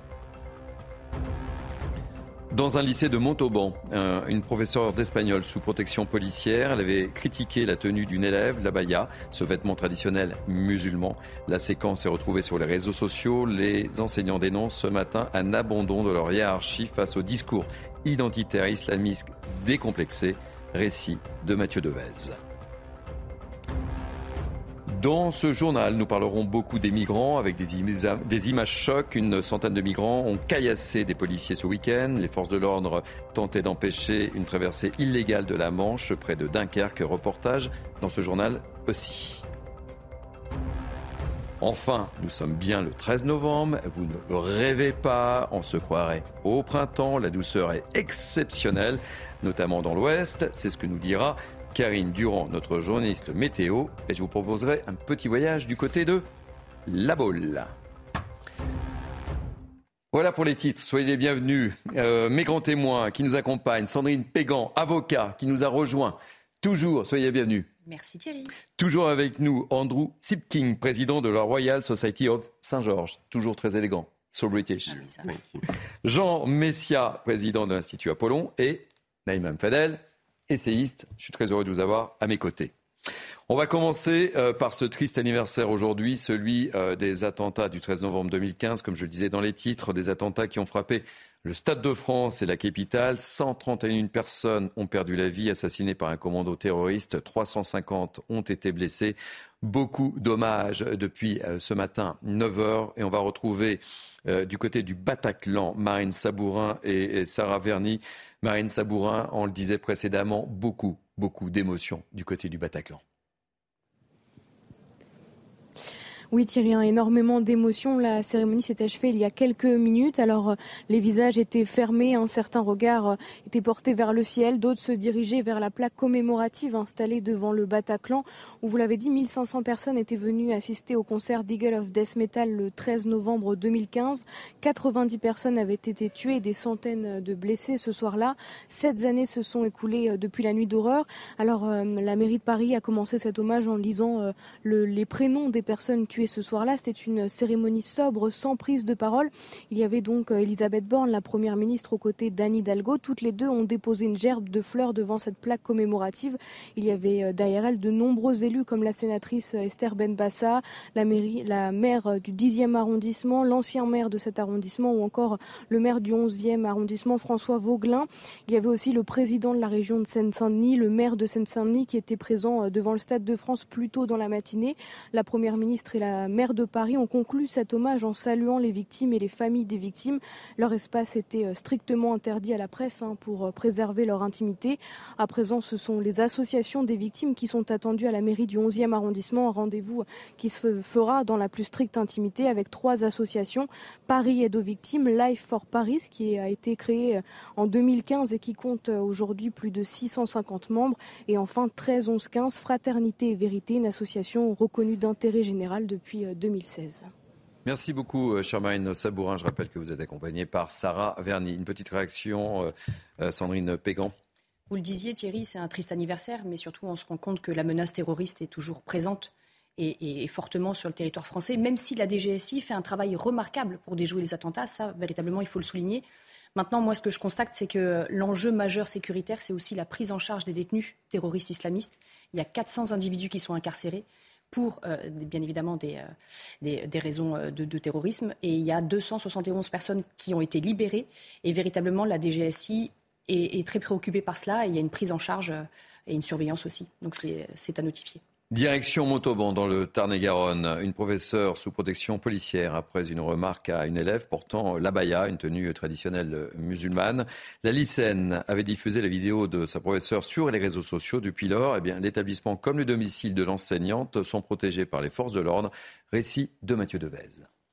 Dans un lycée de Montauban, un, une professeure d'espagnol sous protection policière, elle avait critiqué la tenue d'une élève, l'abaya, ce vêtement traditionnel musulman. La séquence est retrouvée sur les réseaux sociaux. Les enseignants dénoncent ce matin un abandon de leur hiérarchie face au discours identitaire islamiste décomplexé. Récit de Mathieu Devez. Dans ce journal, nous parlerons beaucoup des migrants avec des, im- des images chocs. Une centaine de migrants ont caillassé des policiers ce week-end. Les forces de l'ordre tentaient d'empêcher une traversée illégale de la Manche près de Dunkerque. Reportage dans ce journal aussi. Enfin, nous sommes bien le treize novembre. Vous ne rêvez pas, on se croirait au printemps. La douceur est exceptionnelle, notamment dans l'Ouest. C'est ce que nous dira Karine Durand, notre journaliste météo, et je vous proposerai un petit voyage du côté de La Baule. Voilà pour les titres, soyez les bienvenus. Euh, mes grands témoins qui nous accompagnent, Sandrine Pégan, avocat, qui nous a rejoint. Toujours, soyez les bienvenus. Merci Thierry. Toujours avec nous, Andrew Sipking, président de la Royal Society of Saint-Georges. Toujours très élégant, so British. Ah oui, Jean Messia, président de l'Institut Apollon, et Naïma Mfadel, essayiste. Je suis très heureux de vous avoir à mes côtés. On va commencer euh, par ce triste anniversaire aujourd'hui, celui euh, des attentats du treize novembre deux mille quinze, comme je le disais dans les titres, des attentats qui ont frappé le Stade de France et la capitale. cent trente et une personnes ont perdu la vie, assassinées par un commando terroriste. trois cent cinquante ont été blessés. Beaucoup d'hommages depuis euh, ce matin, neuf heures. Et on va retrouver euh, du côté du Bataclan, Marine Sabourin et, et Sarah Vardy. Marine Sabourin, on le disait précédemment, beaucoup, beaucoup d'émotions du côté du Bataclan. Oui Thierry, hein, énormément d'émotions. La cérémonie s'est achevée il y a quelques minutes. Alors les visages étaient fermés, un certain regard était porté vers le ciel, d'autres se dirigeaient vers la plaque commémorative installée devant le Bataclan où, vous l'avez dit, mille cinq cents personnes étaient venues assister au concert d'Eagle of Death Metal le treize novembre deux mille quinze. quatre-vingt-dix personnes avaient été tuées et des centaines de blessés ce soir-là. Sept années se sont écoulées depuis la nuit d'horreur. Alors euh, la mairie de Paris a commencé cet hommage en lisant euh, le, les prénoms des personnes tuées tués ce soir-là. C'était une cérémonie sobre, sans prise de parole. Il y avait donc Elisabeth Borne, la première ministre, aux côtés d'Anne Hidalgo. Toutes les deux ont déposé une gerbe de fleurs devant cette plaque commémorative. Il y avait derrière elle de nombreux élus comme la sénatrice Esther Benbassa, la, mairie, la maire du dixième arrondissement, l'ancien maire de cet arrondissement ou encore le maire du onzième arrondissement, François Vaugelin. Il y avait aussi le président de la région de Seine-Saint-Denis, le maire de Seine-Saint-Denis qui était présent devant le Stade de France plus tôt dans la matinée. La première ministre et la maire de Paris ont conclu cet hommage en saluant les victimes et les familles des victimes. Leur espace était strictement interdit à la presse hein, pour préserver leur intimité. À présent, ce sont les associations des victimes qui sont attendues à la mairie du onzième arrondissement. Un rendez-vous qui se fera dans la plus stricte intimité avec trois associations. Paris aide aux victimes, Life for Paris qui a été créé en deux mille quinze et qui compte aujourd'hui plus de six cent cinquante membres. Et enfin treize onze quinze, Fraternité et Vérité, une association reconnue d'intérêt général depuis deux mille seize. Merci beaucoup, Charmaine Sabourin. Je rappelle que vous êtes accompagnée par Sarah Verny. Une petite réaction, euh, Sandrine Pégan. Vous le disiez, Thierry, c'est un triste anniversaire, mais surtout on se rend compte que la menace terroriste est toujours présente et, et, et fortement sur le territoire français, même si la D G S I fait un travail remarquable pour déjouer les attentats. Ça, véritablement, il faut le souligner. Maintenant, moi, ce que je constate, c'est que l'enjeu majeur sécuritaire, c'est aussi la prise en charge des détenus terroristes islamistes. Il y a quatre cents individus qui sont incarcérés pour, euh, bien évidemment, des, euh, des, des raisons de, de terrorisme. Et il y a deux cent soixante et onze personnes qui ont été libérées. Et véritablement, la D G S I est, est très préoccupée par cela. Et il y a une prise en charge et une surveillance aussi. Donc, c'est, c'est à notifier. Direction Montauban, dans le Tarn-et-Garonne. Une professeure sous protection policière après une remarque à une élève portant l'abaya, une tenue traditionnelle musulmane. La lycéenne avait diffusé la vidéo de sa professeure sur les réseaux sociaux. Depuis lors, eh bien, l'établissement comme le domicile de l'enseignante sont protégés par les forces de l'ordre. Récit de Mathieu Devez.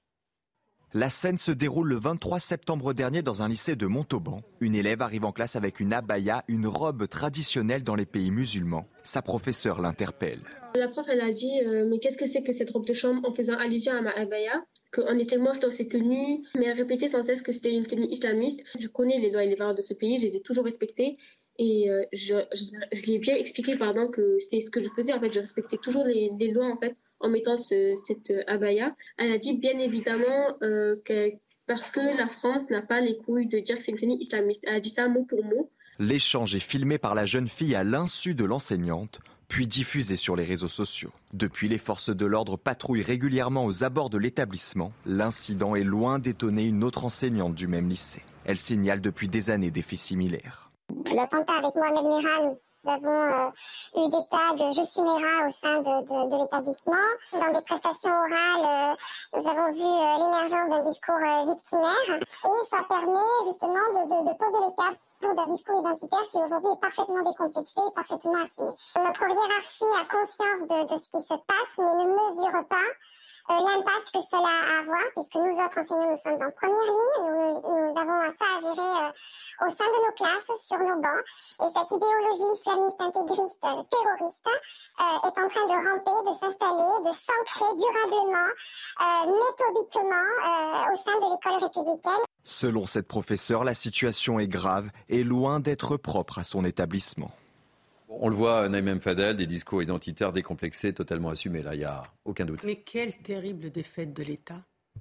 La scène se déroule le vingt-trois septembre dernier dans un lycée de Montauban. Une élève arrive en classe avec une abaya, une robe traditionnelle dans les pays musulmans. Sa professeure l'interpelle. La prof, elle a dit euh, « Mais qu'est-ce que c'est que cette robe de chambre ?» en faisant allusion à ma abaya, qu'on était moche dans ses tenues, mais elle répétait sans cesse que c'était une tenue islamiste. Je connais les lois et les valeurs de ce pays, je les ai toujours respectées. Et euh, je, je, je lui ai bien expliqué pardon, que c'est ce que je faisais. En fait, je respectais toujours les, les lois en fait, en mettant ce, cette abaya. Elle a dit bien évidemment euh, que parce que la France n'a pas les couilles de dire que c'est une tenue islamiste. Elle a dit ça mot pour mot. L'échange est filmé par la jeune fille à l'insu de l'enseignante, puis diffusé sur les réseaux sociaux. Depuis, les forces de l'ordre patrouillent régulièrement aux abords de l'établissement. L'incident est loin d'étonner une autre enseignante du même lycée. Elle signale depuis des années des faits similaires. L'attentat avec Mohamed Merah, nous avons euh, eu des tags « Je suis Merah » au sein de, de, de l'établissement. Dans des prestations orales, euh, nous avons vu euh, l'émergence d'un discours euh, victimaire. Et ça permet justement de, de, de poser le cadre pour d'un discours identitaire qui aujourd'hui est parfaitement décomplexé et parfaitement assumé. Notre hiérarchie a conscience de, de ce qui se passe, mais ne mesure pas Euh, l'impact que cela a à avoir, puisque nous autres enseignants, nous sommes en première ligne, nous, nous avons ça à gérer euh, au sein de nos classes, sur nos bancs, et cette idéologie islamiste, intégriste, euh, terroriste, euh, est en train de ramper, de s'installer, de s'ancrer durablement, euh, méthodiquement euh, au sein de l'école républicaine. Selon cette professeure, la situation est grave et loin d'être propre à son établissement. On le voit, Naïm Fadel, des discours identitaires décomplexés, totalement assumés. Là, il n'y a aucun doute. Mais quelle terrible défaite de l'État,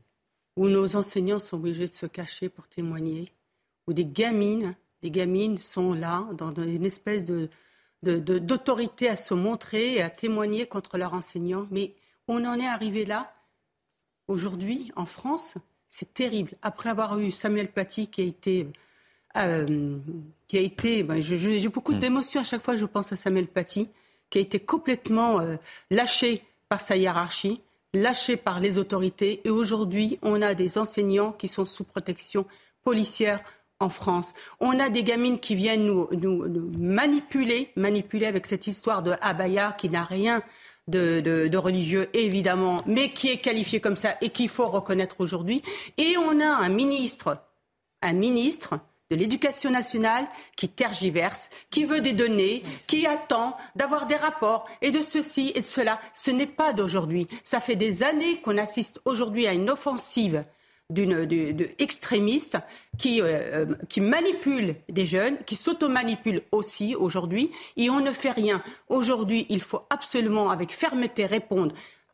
où nos enseignants sont obligés de se cacher pour témoigner, où des gamines, des gamines sont là, dans une espèce de, de, de, d'autorité à se montrer et à témoigner contre leurs enseignants. Mais on en est arrivé là, aujourd'hui, en France, c'est terrible. Après avoir eu Samuel Paty qui a été... Euh, qui a été, ben, je, je, j'ai beaucoup d'émotions à chaque fois que je pense à Samuel Paty, qui a été complètement euh, lâché par sa hiérarchie, lâché par les autorités. Et aujourd'hui, on a des enseignants qui sont sous protection policière en France. On a des gamines qui viennent nous, nous, nous manipuler, manipuler avec cette histoire de abaya qui n'a rien de, de, de religieux, évidemment, mais qui est qualifié comme ça et qu'il faut reconnaître aujourd'hui. Et on a un ministre, un ministre... de l'Éducation nationale qui tergiverse, qui veut des données, qui attend d'avoir des rapports et de ceci et de cela. Ce n'est pas d'aujourd'hui. Ça fait des années qu'on assiste aujourd'hui à une offensive d'une, de, de extrémistes qui, euh, qui manipulent des jeunes, qui s'auto-manipulent aussi aujourd'hui et on ne fait rien. Aujourd'hui, il faut absolument, avec fermeté, répondre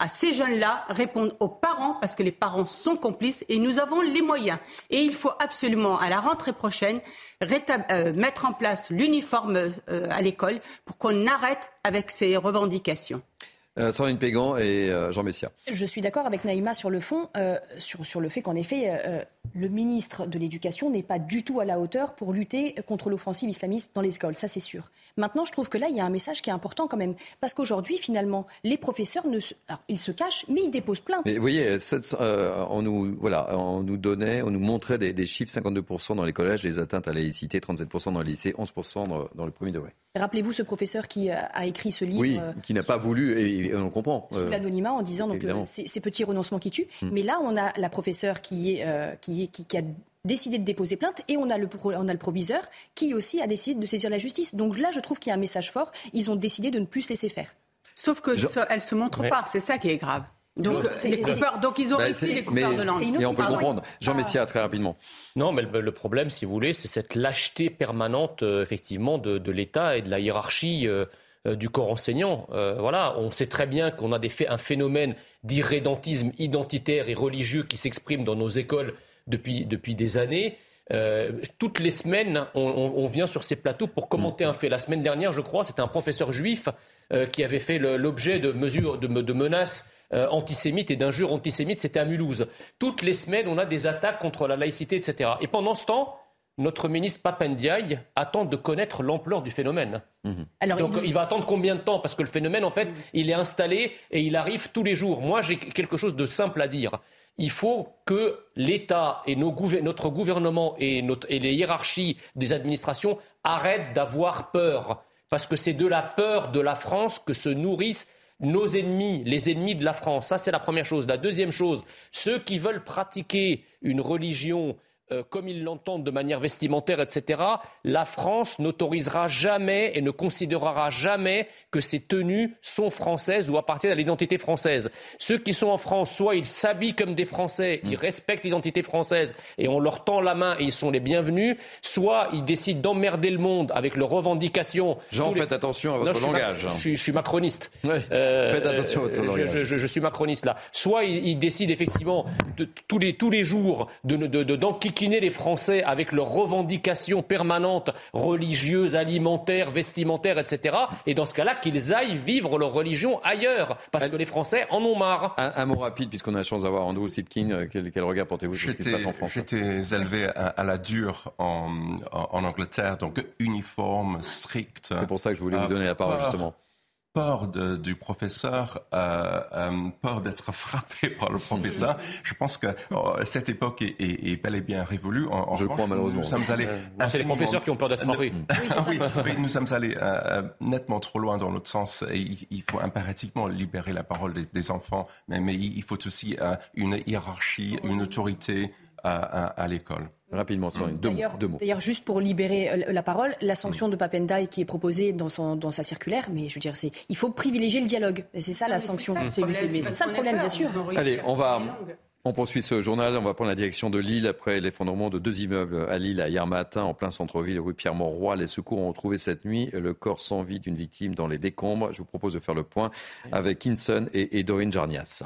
à ces jeunes-là, répondre aux parents, parce que les parents sont complices et nous avons les moyens. Et il faut absolument, à la rentrée prochaine, rétab- euh, mettre en place l'uniforme euh, à l'école pour qu'on arrête avec ces revendications. Euh, Sandrine Pégan et euh, Jean Messia. Je suis d'accord avec Naïma sur le fond, euh, sur, sur le fait qu'en effet, euh, le ministre de l'Éducation n'est pas du tout à la hauteur pour lutter contre l'offensive islamiste dans les écoles, ça c'est sûr. Maintenant, je trouve que là, il y a un message qui est important quand même, parce qu'aujourd'hui, finalement, les professeurs, ne se... Alors, ils se cachent, mais ils déposent plainte. Mais vous voyez, cette, euh, on, nous, voilà, on nous donnait, on nous montrait des, des chiffres, cinquante-deux pour cent dans les collèges, les atteintes à la laïcité, trente-sept pour cent dans les lycées, onze pour cent dans, dans le premier degré. Rappelez-vous ce professeur qui a écrit ce livre. Oui, euh, qui n'a pas voulu, et, et on le comprend. Sous l'anonymat, en disant donc, euh, ces, ces petits renoncements qui tuent. Hum. Mais là, on a la professeure qui, est, euh, qui, est, qui, qui a décidé de déposer plainte et on a, le, on a le proviseur qui aussi a décidé de saisir la justice. Donc là, je trouve qu'il y a un message fort. Ils ont décidé de ne plus se laisser faire. Sauf qu'elle Je... ne se montre ouais. pas. C'est ça qui est grave. Donc, c'est, les coupeurs, donc ils ont bah, réussi les coupeurs mais, de langue. Et on peut le comprendre. Jean Messia, très rapidement. Non, mais le, le problème, si vous voulez, c'est cette lâcheté permanente, euh, effectivement, de, de l'État et de la hiérarchie euh, euh, du corps enseignant. Euh, voilà, on sait très bien qu'on a des faits, un phénomène d'irrédentisme identitaire et religieux qui s'exprime dans nos écoles depuis, depuis des années. Euh, toutes les semaines, on, on, on vient sur ces plateaux pour commenter un fait. La semaine dernière, je crois, c'était un professeur juif euh, qui avait fait le, l'objet de mesures, de, de menaces euh, antisémites et d'injures antisémites. C'était à Mulhouse. Toutes les semaines, on a des attaques contre la laïcité, et cetera. Et pendant ce temps, notre ministre Pap Ndiaye attend de connaître l'ampleur du phénomène. Mmh. Alors, Donc il... il va attendre combien de temps ? Parce que le phénomène, en fait, mmh. il est installé et il arrive tous les jours. Moi, j'ai quelque chose de simple à dire. Il faut que l'État et nos gouver- notre gouvernement et, notre, et les hiérarchies des administrations arrêtent d'avoir peur. Parce que c'est de la peur de la France que se nourrissent nos ennemis, les ennemis de la France. Ça, c'est la première chose. La deuxième chose, ceux qui veulent pratiquer une religion euh, comme ils l'entendent de manière vestimentaire, et cetera, la France n'autorisera jamais et ne considérera jamais que ces tenues sont françaises ou appartiennent à l'identité française. Ceux qui sont en France, soit ils s'habillent comme des Français, ils respectent l'identité française et on leur tend la main et ils sont les bienvenus, soit ils décident d'emmerder le monde avec leurs revendications. Jean, faites les... attention à votre non, langage. Je suis, ma... je, suis, je suis macroniste. Ouais. Euh, faites attention à votre euh, langage. Je, je, je suis macroniste là. Soit ils, ils décident effectivement de, tous, les, tous les jours de, de, de, d'enquiquiner les Français avec leurs revendications permanentes, religieuses, alimentaires, vestimentaires, et cetera. Et dans ce cas-là, qu'ils aillent vivre leur religion ailleurs, parce que les Français en ont marre. Un, un mot rapide, puisqu'on a la chance d'avoir Andrew Sipkin. Quel, quel regard portez-vous sur ce qui se passe en France ? J'étais élevé à, à la dure en, en, en Angleterre, donc uniforme, strict. C'est pour ça que je voulais vous donner la parole, peur, justement. Peur de, du professeur, euh, euh, peur d'être frappé par le professeur. Je pense que oh, cette époque est, est, est bel et bien révolue. En, en je le crois malheureusement. Nous sommes allés euh, c'est les professeurs qui ont peur d'être frappés. Oui, oui, oui, nous sommes allés euh, nettement trop loin dans l'autre sens. Et il, il faut impérativement libérer la parole des, des enfants, mais, mais il faut aussi euh, une hiérarchie, une autorité à, à, à l'école. Rapidement, sur une, deux, d'ailleurs, deux mots. D'ailleurs, juste pour libérer la parole, la sanction de Pap Ndiaye qui est proposée dans, son, dans sa circulaire, mais je veux dire, c'est, il faut privilégier le dialogue. Et c'est ça la sanction. C'est, c'est, c'est, c'est ça le problème, bien sûr. Allez, on va... On poursuit ce journal, on va prendre la direction de Lille après l'effondrement de deux immeubles à Lille hier matin en plein centre-ville, rue Pierre-Mauroy. Les secours ont retrouvé cette nuit le corps sans vie d'une victime dans les décombres. Je vous propose de faire le point avec Kinson et, et Dorine Jarnias.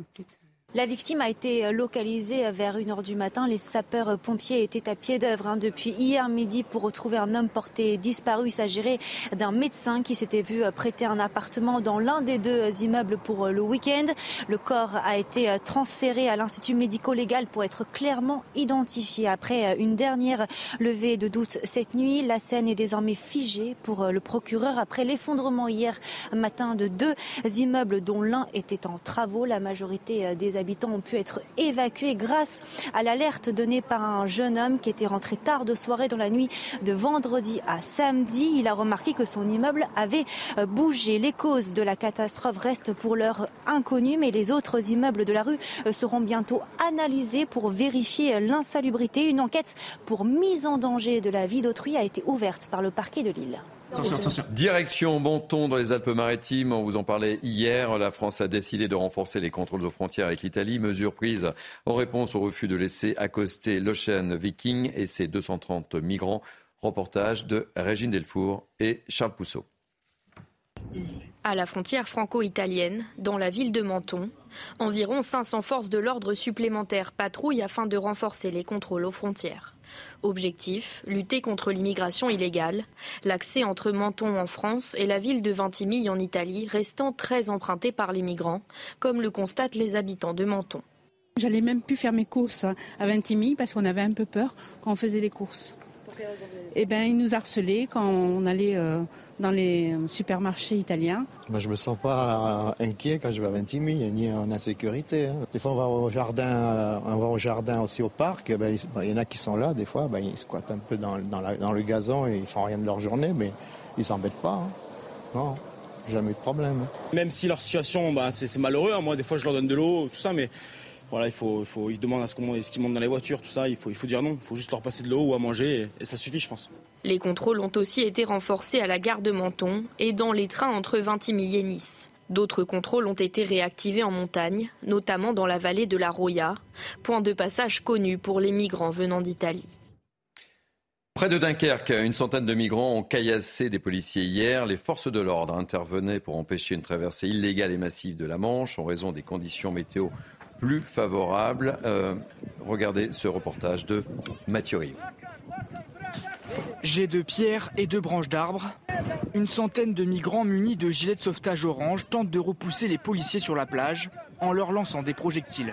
La victime a été localisée vers une heure du matin. Les sapeurs-pompiers étaient à pied d'œuvre hein, depuis hier midi pour retrouver un homme porté disparu. Il s'agirait d'un médecin qui s'était vu prêter un appartement dans l'un des deux immeubles pour le week-end. Le corps a été transféré à l'Institut médico-légal pour être clairement identifié. Après une dernière levée de doute cette nuit, la scène est désormais figée pour le procureur après l'effondrement hier matin de deux immeubles dont l'un était en travaux. La majorité des habitants ont pu être évacués grâce à l'alerte donnée par un jeune homme qui était rentré tard de soirée dans la nuit de vendredi à samedi. Il a remarqué que son immeuble avait bougé. Les causes de la catastrophe restent pour l'heure inconnues, mais les autres immeubles de la rue seront bientôt analysés pour vérifier l'insalubrité. Une enquête pour mise en danger de la vie d'autrui a été ouverte par le parquet de Lille. Attention, attention. Direction Menton dans les Alpes-Maritimes. On vous en parlait hier. La France a décidé de renforcer les contrôles aux frontières avec l'Italie. Mesure prise en réponse au refus de laisser accoster l'Ocean Viking et ses deux cent trente migrants. Reportage de Régine Delfour et Charles Pousseau. À la frontière franco-italienne, dans la ville de Menton, environ cinq cents forces de l'ordre supplémentaires patrouillent afin de renforcer les contrôles aux frontières. Objectif, lutter contre l'immigration illégale, l'accès entre Menton en France et la ville de Ventimille en Italie restant très empruntée par les migrants, comme le constatent les habitants de Menton. J'allais même plus faire mes courses à Ventimille parce qu'on avait un peu peur quand on faisait les courses. Eh ben, ils nous harcelaient quand on allait euh, dans les supermarchés italiens. Moi, je me sens pas euh, inquiet quand je vais à Ventimille, ni en insécurité. Hein. Des fois, on va au jardin, euh, on va au jardin aussi au parc. Ben, il ben, y en a qui sont là, des fois, ben, ils squattent un peu dans, dans, la, dans le gazon et ils font rien de leur journée, mais ils s'embêtent pas. Hein. Non, jamais eu de problème. Même si leur situation, ben, c'est, c'est malheureux. Hein. Moi, des fois, je leur donne de l'eau, tout ça, mais voilà, il faut, il faut, ils demandent à ce, qu'on, ce qu'ils montent dans les voitures, tout ça. Il faut, il faut dire non. Il faut juste leur passer de l'eau ou à manger et, et ça suffit, je pense. Les contrôles ont aussi été renforcés à la gare de Menton et dans les trains entre Vintimille et Nice. D'autres contrôles ont été réactivés en montagne, notamment dans la vallée de la Roya, point de passage connu pour les migrants venant d'Italie. Près de Dunkerque, une centaine de migrants ont caillassé des policiers hier. Les forces de l'ordre intervenaient pour empêcher une traversée illégale et massive de la Manche en raison des conditions météo plus favorables. Euh, regardez ce reportage de Mathieu Rive. Jets de pierres et de branches d'arbres. Une centaine de migrants munis de gilets de sauvetage orange tentent de repousser les policiers sur la plage en leur lançant des projectiles.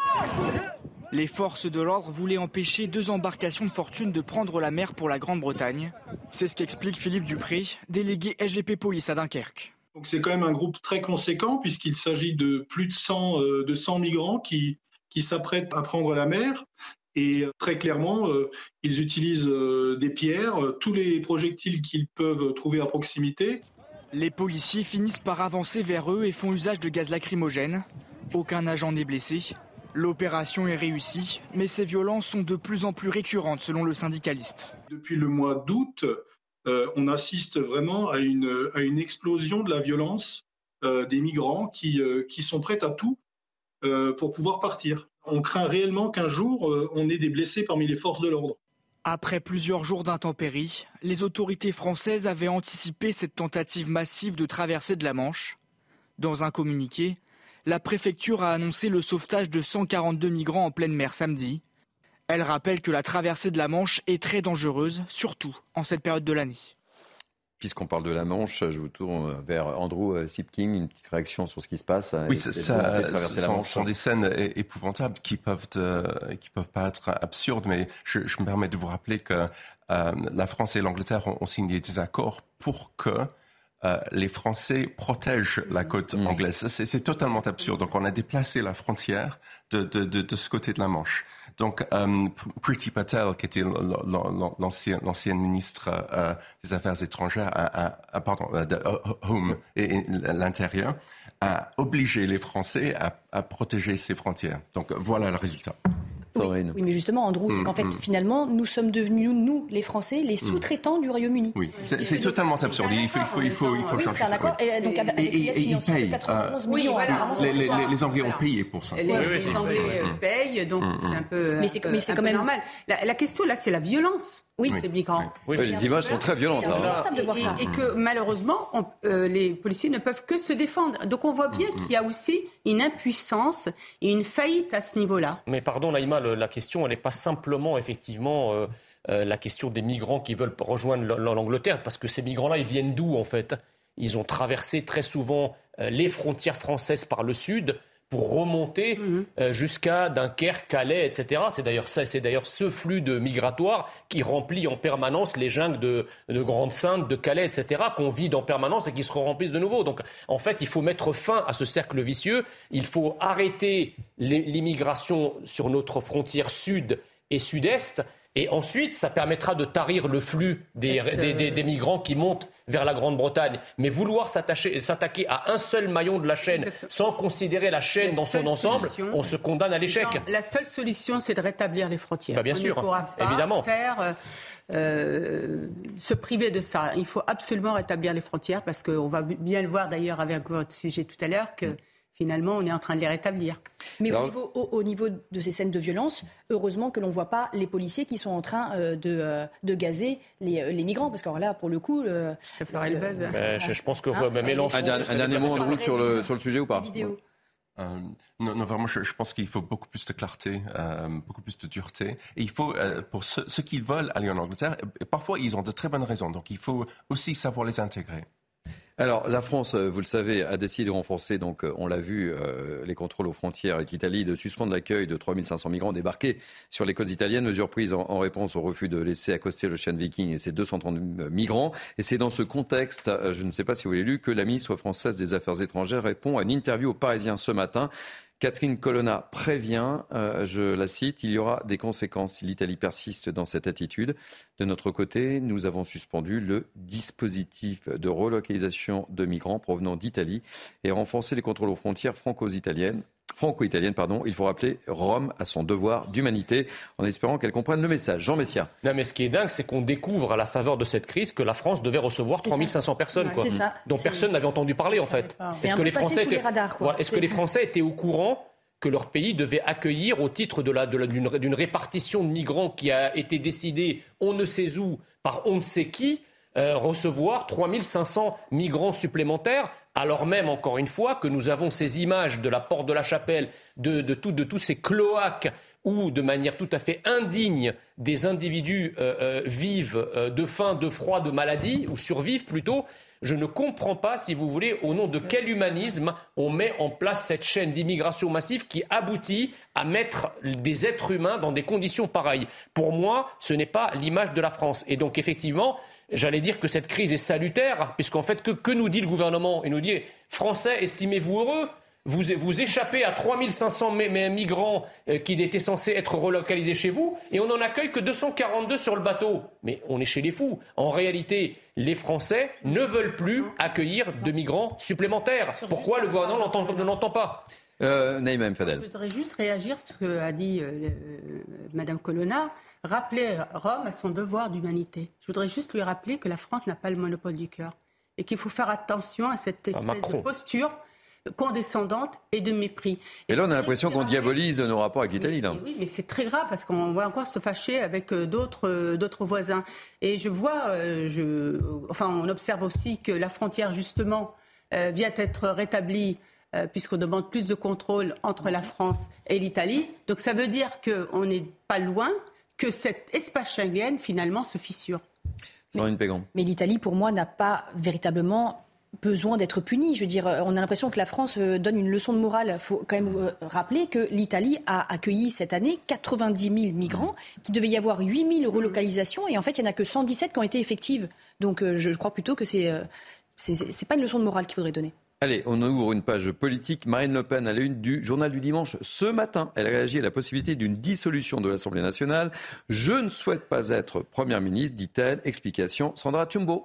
Les forces de l'ordre voulaient empêcher deux embarcations de fortune de prendre la mer pour la Grande-Bretagne. C'est ce qu'explique Philippe Dupré, délégué S G P Police à Dunkerque. Donc c'est quand même un groupe très conséquent puisqu'il s'agit de plus de cent, euh, de cent migrants qui, qui s'apprêtent à prendre la mer. Et très clairement, euh, ils utilisent euh, des pierres, euh, tous les projectiles qu'ils peuvent trouver à proximité. Les policiers finissent par avancer vers eux et font usage de gaz lacrymogène. Aucun agent n'est blessé. L'opération est réussie, mais ces violences sont de plus en plus récurrentes selon le syndicaliste. Depuis le mois d'août, euh, on assiste vraiment à une, à une explosion de la violence euh, des migrants qui, euh, qui sont prêts à tout euh, pour pouvoir partir. On craint réellement qu'un jour, euh, on ait des blessés parmi les forces de l'ordre. Après plusieurs jours d'intempéries, les autorités françaises avaient anticipé cette tentative massive de traversée de la Manche. Dans un communiqué, la préfecture a annoncé le sauvetage de cent quarante-deux migrants en pleine mer samedi. Elle rappelle que la traversée de la Manche est très dangereuse, surtout en cette période de l'année. Puisqu'on parle de la Manche, je vous tourne vers Andrew Sipking, une petite réaction sur ce qui se passe. Oui, ça, ça, de ce sont, sont des scènes épouvantables qui peuvent, de, qui peuvent paraître absurdes, mais je, je me permets de vous rappeler que euh, la France et l'Angleterre ont, ont signé des accords pour que Euh, les Français protègent la côte mmh. anglaise. C'est, c'est totalement absurde. Donc, on a déplacé la frontière de, de, de, de ce côté de la Manche. Donc, euh, Priti Patel, qui était l'ancien, l'ancienne ministre euh, des Affaires étrangères, à, à, pardon, de Home et, et l'Intérieur, a obligé les Français à, à protéger ces frontières. Donc, voilà le résultat. Oui, oui, mais justement, Andrew, c'est qu'en fait, finalement, nous sommes devenus, nous, les Français, les sous-traitants du Royaume-Uni. Oui, c'est, c'est totalement absurde. Il faut, il faut, il faut, il faut oui, changer c'est un accord. ça. Et, donc, avec et, et, et ils payent. Euh, oui, voilà. Les, les, les Anglais ont payé pour ça. Les, les, les Anglais payent, donc mmh, c'est un peu, mais c'est, un peu, mais c'est un quand peu même normal. La, la question, là, c'est la violence. Oui, ces migrants. Oui, oui, les images sont très violentes. Hein. De voir ça. Et, et que malheureusement, on, euh, les policiers ne peuvent que se défendre. Donc on voit bien mmh. qu'il y a aussi une impuissance et une faillite à ce niveau-là. Mais pardon, Naïma, le, la question, elle n'est pas simplement, effectivement, euh, euh, la question des migrants qui veulent rejoindre l'Angleterre, parce que ces migrants-là, ils viennent d'où, en fait ? Ils ont traversé très souvent euh, les frontières françaises par le sud, pour remonter mmh. euh, jusqu'à Dunkerque, Calais, et cetera. C'est d'ailleurs, ça, c'est d'ailleurs ce flux de migratoire qui remplit en permanence les jungles de, de Grande-Synthe, de Calais, et cetera, qu'on vide en permanence et qui se remplissent de nouveau. Donc, en fait, il faut mettre fin à ce cercle vicieux. Il faut arrêter l'immigration sur notre frontière sud et sud-est. Et ensuite, ça permettra de tarir le flux des, des, des, des migrants qui montent vers la Grande-Bretagne. Mais vouloir s'attacher, s'attaquer à un seul maillon de la chaîne, Exactement. sans considérer la chaîne la dans son ensemble, on se condamne à l'échec. Genre, la seule solution, c'est de rétablir les frontières. Bah bien on sûr, ne pourra pas évidemment. faire... Euh, Euh, se priver de ça. Il faut absolument rétablir les frontières parce qu'on va bien le voir d'ailleurs avec votre sujet tout à l'heure que finalement on est en train de les rétablir. Mais Alors... au, niveau, au, au niveau de ces scènes de violence, heureusement que l'on ne voit pas les policiers qui sont en train euh, de, euh, de gazer les, les migrants. Parce que alors là, pour le coup... Le, ça ferait le buzz. Ben, je, je pense que... Hein, ouais, Mélenchon, un, un, un dernier mot, Andrew, sur le, sur le sujet ou pas? Euh, non, non, vraiment, je, je pense qu'il faut beaucoup plus de clarté, euh, beaucoup plus de dureté. Et il faut, euh, pour ceux, ceux qui veulent aller en Angleterre, parfois ils ont de très bonnes raisons. Donc il faut aussi savoir les intégrer. Alors, la France, vous le savez, a décidé de renforcer, donc on l'a vu, euh, les contrôles aux frontières avec l'Italie, de suspendre l'accueil de trois mille cinq cents migrants débarqués sur les côtes italiennes. Mesure prise en, en réponse au refus de laisser accoster l'Ocean Viking et ses deux cent trente migrants. Et c'est dans ce contexte, je ne sais pas si vous l'avez lu, que la ministre française des Affaires étrangères répond à une interview aux Parisiens ce matin. Catherine Colonna prévient, euh, je la cite, il y aura des conséquences si l'Italie persiste dans cette attitude. De notre côté, nous avons suspendu le dispositif de relocalisation de migrants provenant d'Italie et renforcé les contrôles aux frontières franco-italiennes. franco-italienne, pardon. Il faut rappeler Rome à son devoir d'humanité en espérant qu'elle comprenne le message. Jean Messia. Non, mais ce qui est dingue, c'est qu'on découvre à la faveur de cette crise que la France devait recevoir trois mille cinq cents personnes, ouais, quoi, ça. dont c'est... personne n'avait entendu parler, en fait. C'est est-ce un que peu les Français passé sous étaient... les radars, quoi. Voilà. Est-ce que les Français étaient au courant que leur pays devait accueillir, au titre de la, de la, d'une, d'une répartition de migrants qui a été décidée on ne sait où, par on ne sait qui, euh, recevoir trois mille cinq cents migrants supplémentaires, alors même, encore une fois, que nous avons ces images de la porte de la Chapelle, de, de, tout, de tous ces cloaques où, de manière tout à fait indigne, des individus euh, euh, vivent euh, de faim, de froid, de maladie, ou survivent plutôt. Je ne comprends pas, si vous voulez, au nom de quel humanisme on met en place cette chaîne d'immigration massive qui aboutit à mettre des êtres humains dans des conditions pareilles. Pour moi, ce n'est pas l'image de la France. Et donc, effectivement, j'allais dire que cette crise est salutaire, puisqu'en fait, que, que nous dit le gouvernement ? Il nous dit « Français, estimez-vous heureux ? Vous, vous échappez à trois mille cinq cents migrants euh, qui étaient censés être relocalisés chez vous et on n'en accueille que deux cent quarante-deux sur le bateau. Mais on est chez les fous. En réalité, les Français ne veulent plus accueillir de migrants supplémentaires. Pourquoi le gouvernement ne l'entend pas ? euh, Naïma M. Fadel. Je voudrais juste réagir sur ce qu'a dit euh, euh, Mme Colonna. Rappeler Rome à son devoir d'humanité. Je voudrais juste lui rappeler que la France n'a pas le monopole du cœur et qu'il faut faire attention à cette espèce de posture condescendante et de mépris. Et, et là, on a l'impression qu'on diabolise nos rapports avec l'Italie. Là. Oui, mais c'est très grave parce qu'on va encore se fâcher avec d'autres, d'autres voisins. Et je vois, je, enfin, on observe aussi que la frontière, justement, euh, vient d'être rétablie euh, puisqu'on demande plus de contrôle entre la France et l'Italie. Donc ça veut dire qu'on n'est pas loin que cet espace Schengen, finalement, se fissure. Mais, mais l'Italie, pour moi, n'a pas véritablement besoin d'être punie. Je veux dire, on a l'impression que la France donne une leçon de morale. Il faut quand même rappeler que l'Italie a accueilli cette année quatre-vingt-dix mille migrants, qu'il devait y avoir huit mille relocalisations, et en fait, il n'y en a que cent dix-sept qui ont été effectives. Donc, je crois plutôt que c'est, c'est, c'est pas une leçon de morale qu'il faudrait donner. Allez, on ouvre une page politique. Marine Le Pen à la une du journal du dimanche. Ce matin, elle a réagi à la possibilité d'une dissolution de l'Assemblée nationale. Je ne souhaite pas être Première ministre, dit-elle. Explication, Sandra Tchumbo.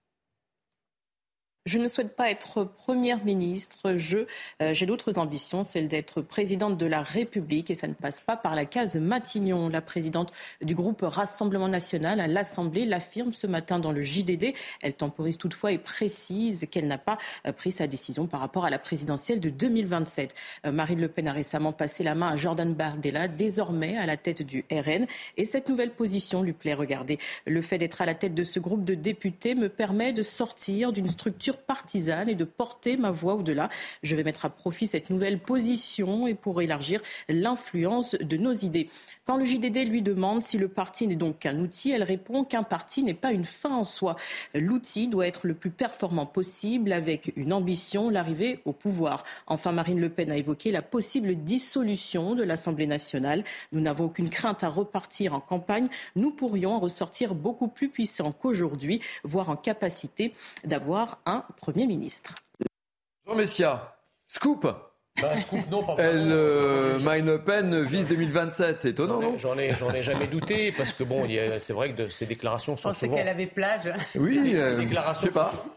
Je ne souhaite pas être Première ministre. Je, euh, j'ai d'autres ambitions, celle d'être présidente de la République. Et ça ne passe pas par la case Matignon. La présidente du groupe Rassemblement National à l'Assemblée l'affirme ce matin dans le J D D. Elle temporise toutefois et précise qu'elle n'a pas euh, pris sa décision par rapport à la présidentielle de deux mille vingt-sept. Euh, Marine Le Pen a récemment passé la main à Jordan Bardella, désormais à la tête du R N. Et cette nouvelle position lui plaît. Regardez, le fait d'être à la tête de ce groupe de députés me permet de sortir d'une structure partisane et de porter ma voix au-delà. Je vais mettre à profit cette nouvelle position et pour élargir l'influence de nos idées. Quand le J D D lui demande si le parti n'est donc qu'un outil, elle répond qu'un parti n'est pas une fin en soi. L'outil doit être le plus performant possible avec une ambition, l'arrivée au pouvoir. Enfin, Marine Le Pen a évoqué la possible dissolution de l'Assemblée nationale. Nous n'avons aucune crainte à repartir en campagne. Nous pourrions en ressortir beaucoup plus puissants qu'aujourd'hui, voire en capacité d'avoir un Premier ministre. Jean Messia, scoop. Bah, scoop non, pas Elle, euh, Marine Le Pen vise deux mille vingt-sept, c'est étonnant, non ? J'en ai, j'en ai jamais douté, parce que bon, il y a, c'est vrai que de, ces déclarations sont Je pensais souvent... qu'elle avait plage. Oui, ces, euh, ces déclarations je sais pas.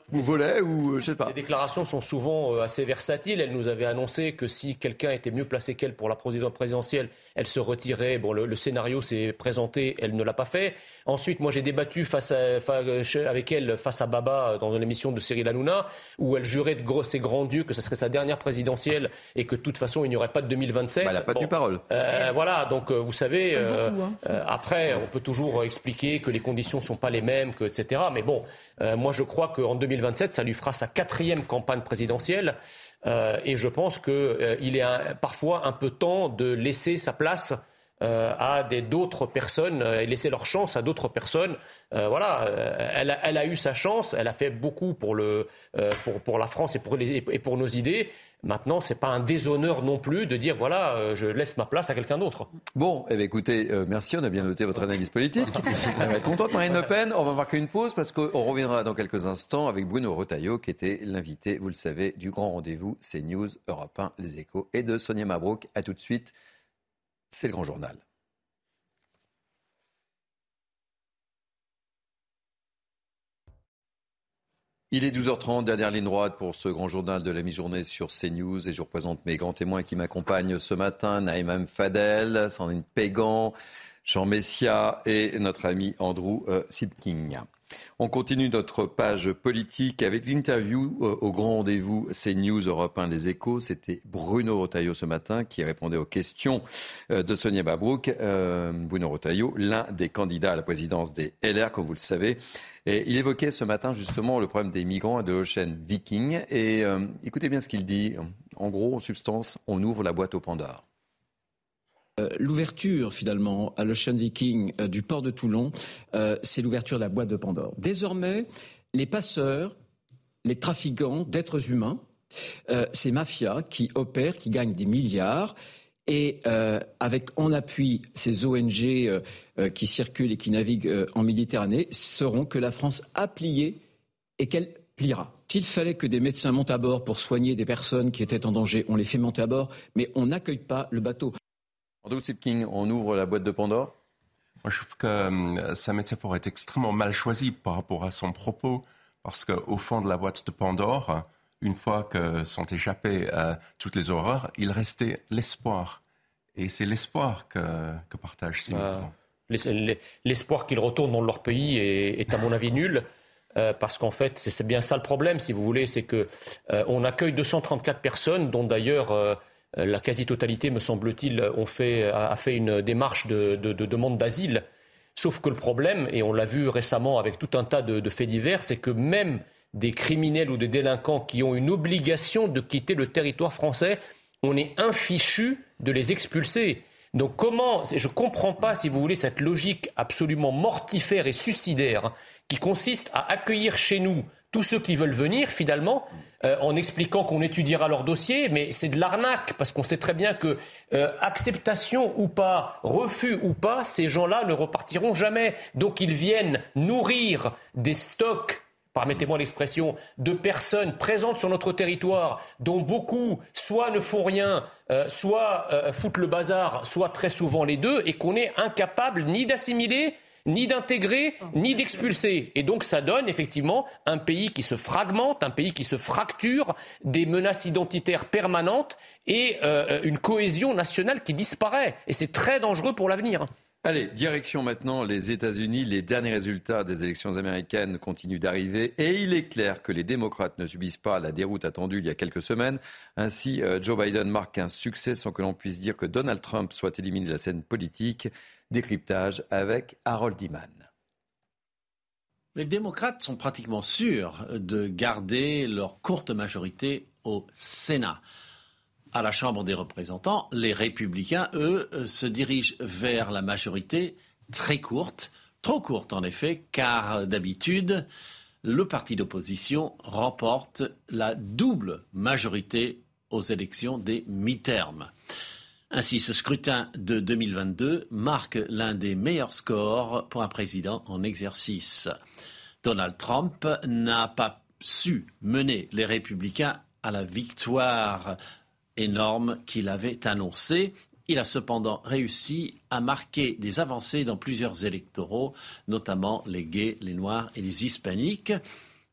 ou volait, ou euh, je sais pas. Ces déclarations sont souvent euh, assez versatiles. Elle nous avait annoncé que si quelqu'un était mieux placé qu'elle pour la présidentielle, elle se retirait. Bon, le, le scénario s'est présenté, elle ne l'a pas fait. Ensuite, moi, j'ai débattu face à, face, avec elle face à Baba dans l'émission de Cyril Hanouna, où elle jurait de gros, ses grands dieux que ce serait sa dernière présidentielle et que de toute façon, il n'y aurait pas de deux mille vingt-sept. Bah, elle n'a pas bon, tenu parole. Euh, voilà, donc euh, vous savez, euh, beaucoup, hein. euh, après, on peut toujours expliquer que les conditions ne sont pas les mêmes, que, et cetera. Mais bon, euh, moi, je crois qu'en deux mille vingt-sept, ça lui fera sa quatrième campagne présidentielle. Euh, et je pense qu'il euh, est un, parfois un peu temps de laisser sa place euh, à des, d'autres personnes euh, et laisser leur chance à d'autres personnes. Euh, voilà, euh, elle, a, elle a eu sa chance, elle a fait beaucoup pour, le, euh, pour, pour la France et pour, les, et pour nos idées. Maintenant, ce n'est pas un déshonneur non plus de dire voilà, euh, je laisse ma place à quelqu'un d'autre. Bon, eh bien, écoutez, euh, merci, on a bien noté votre analyse politique. Elle va être contente, Marine Le Pen. On va marquer une pause parce qu'on reviendra dans quelques instants avec Bruno Retailleau, qui était l'invité, vous le savez, du grand rendez-vous CNews, Europe un, Les Échos, et de Sonia Mabrouk. À tout de suite, c'est le grand journal. Il est douze heures trente, dernière ligne droite pour ce grand journal de la mi-journée sur CNews. Et je vous représente mes grands témoins qui m'accompagnent ce matin. Naïma Mfadel, Sandrine Pégan, Jean Messia et notre ami Andrew euh, Sipking. On continue notre page politique avec l'interview euh, au grand rendez-vous CNews Europe un Les Échos. C'était Bruno Retailleau ce matin qui répondait aux questions euh, de Sonia Mabrouk. Euh, Bruno Retailleau, l'un des candidats à la présidence des L R, comme vous le savez. Et il évoquait ce matin justement le problème des migrants et de l'Ocean Viking. Et euh, écoutez bien ce qu'il dit. En gros, en substance, on ouvre la boîte aux Pandore. Euh, l'ouverture, finalement, à l'Ocean Viking euh, du port de Toulon, euh, c'est l'ouverture de la boîte de Pandore. Désormais, les passeurs, les trafiquants d'êtres humains, euh, ces mafias qui opèrent, qui gagnent des milliards, et euh, avec en appui ces O N G euh, euh, qui circulent et qui naviguent euh, en Méditerranée, sauront que la France a plié et qu'elle pliera. S'il fallait que des médecins montent à bord pour soigner des personnes qui étaient en danger, on les fait monter à bord, mais on n'accueille pas le bateau. Andrew Sipking, on ouvre la boîte de Pandore. Moi, je trouve que euh, sa métaphore est extrêmement mal choisie par rapport à son propos, parce qu'au fond de la boîte de Pandore, une fois que sont échappées euh, toutes les horreurs, il restait l'espoir. Et c'est l'espoir que, que partagent ces migrants. Euh, l'espoir qu'ils retournent dans leur pays est, est à mon avis nul. Euh, parce qu'en fait, c'est, c'est bien ça le problème, si vous voulez, c'est qu'on euh, accueille deux cent trente-quatre personnes, dont d'ailleurs euh, la quasi-totalité, me semble-t-il, ont fait, a fait une démarche de, de, de demande d'asile. Sauf que le problème, et on l'a vu récemment avec tout un tas de, de faits divers, c'est que même des criminels ou des délinquants qui ont une obligation de quitter le territoire français, on est infichu de les expulser. Donc comment, je ne comprends pas, si vous voulez, cette logique absolument mortifère et suicidaire qui consiste à accueillir chez nous tous ceux qui veulent venir, finalement, euh, en expliquant qu'on étudiera leur dossier, mais c'est de l'arnaque, parce qu'on sait très bien que, euh, acceptation ou pas, refus ou pas, ces gens-là ne repartiront jamais. Donc ils viennent nourrir des stocks, permettez-moi l'expression, de personnes présentes sur notre territoire, dont beaucoup soit ne font rien, euh, soit euh, foutent le bazar, soit très souvent les deux, et qu'on est incapable ni d'assimiler, ni d'intégrer, ni d'expulser. Et donc ça donne effectivement un pays qui se fragmente, un pays qui se fracture, des menaces identitaires permanentes et euh, une cohésion nationale qui disparaît. Et c'est très dangereux pour l'avenir. Allez, direction maintenant les États-Unis. Les derniers résultats des élections américaines continuent d'arriver et il est clair que les démocrates ne subissent pas la déroute attendue il y a quelques semaines. Ainsi, euh, Joe Biden marque un succès sans que l'on puisse dire que Donald Trump soit éliminé de la scène politique. Décryptage avec Harold Iman. Les démocrates sont pratiquement sûrs de garder leur courte majorité au Sénat. À la Chambre des représentants, les républicains, eux, se dirigent vers la majorité très courte, trop courte en effet, car d'habitude, le parti d'opposition remporte la double majorité aux élections des mi-termes. Ainsi, ce scrutin de deux mille vingt-deux marque l'un des meilleurs scores pour un président en exercice. Donald Trump n'a pas su mener les républicains à la victoire énorme qu'il avait annoncée. Il a cependant réussi à marquer des avancées dans plusieurs électoraux, notamment les gays, les noirs et les hispaniques.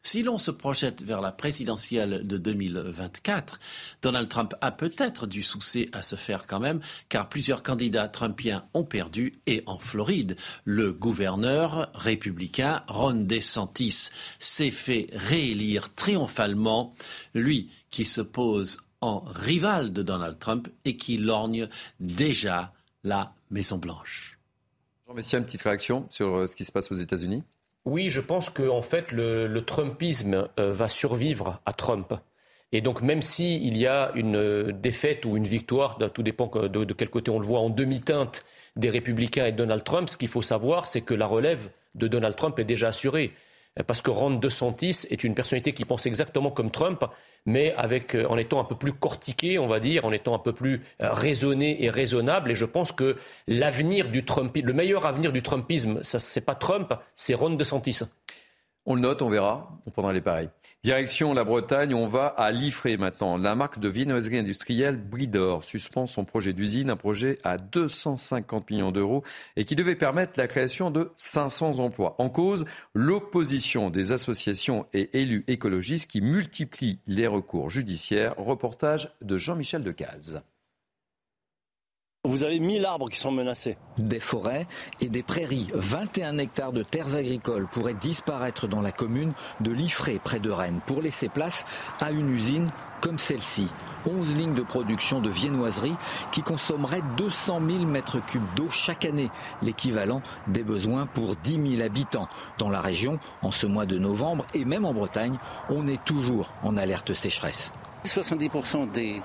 Si l'on se projette vers la présidentielle de deux mille vingt-quatre, Donald Trump a peut-être du souci à se faire quand même, car plusieurs candidats trumpiens ont perdu. Et en Floride, le gouverneur républicain Ron DeSantis s'est fait réélire triomphalement, lui qui se pose en rival de Donald Trump et qui lorgne déjà la Maison-Blanche. Jean Messia, une petite réaction sur ce qui se passe aux États-Unis ? Oui, je pense que en fait, le, le Trumpisme euh, va survivre à Trump. Et donc, même s'il y a une euh, défaite ou une victoire, tout dépend de, de quel côté on le voit, en demi-teinte des Républicains et de Donald Trump, ce qu'il faut savoir, c'est que la relève de Donald Trump est déjà assurée. Parce que Ron DeSantis est une personnalité qui pense exactement comme Trump, mais avec, en étant un peu plus cortiqué, on va dire, en étant un peu plus raisonné et raisonnable. Et je pense que l'avenir du Trumpisme, le meilleur avenir du Trumpisme, ça, c'est pas Trump, c'est Ron DeSantis. On le note, on verra, on prendra les pareils. Direction la Bretagne, on va à Liffré maintenant. La marque de viennoiserie industrielle Bridor suspend son projet d'usine, un projet à deux cent cinquante millions d'euros et qui devait permettre la création de cinq cents emplois. En cause, l'opposition des associations et élus écologistes qui multiplient les recours judiciaires. Reportage de Jean-Michel Decaze. Vous avez mille arbres qui sont menacés. Des forêts et des prairies. vingt et un hectares de terres agricoles pourraient disparaître dans la commune de Liffré, près de Rennes, pour laisser place à une usine comme celle-ci. onze lignes de production de viennoiserie qui consommeraient deux cent mille mètres cubes d'eau chaque année, l'équivalent des besoins pour dix mille habitants. Dans la région, en ce mois de novembre, et même en Bretagne, on est toujours en alerte sécheresse. soixante-dix pour cent des...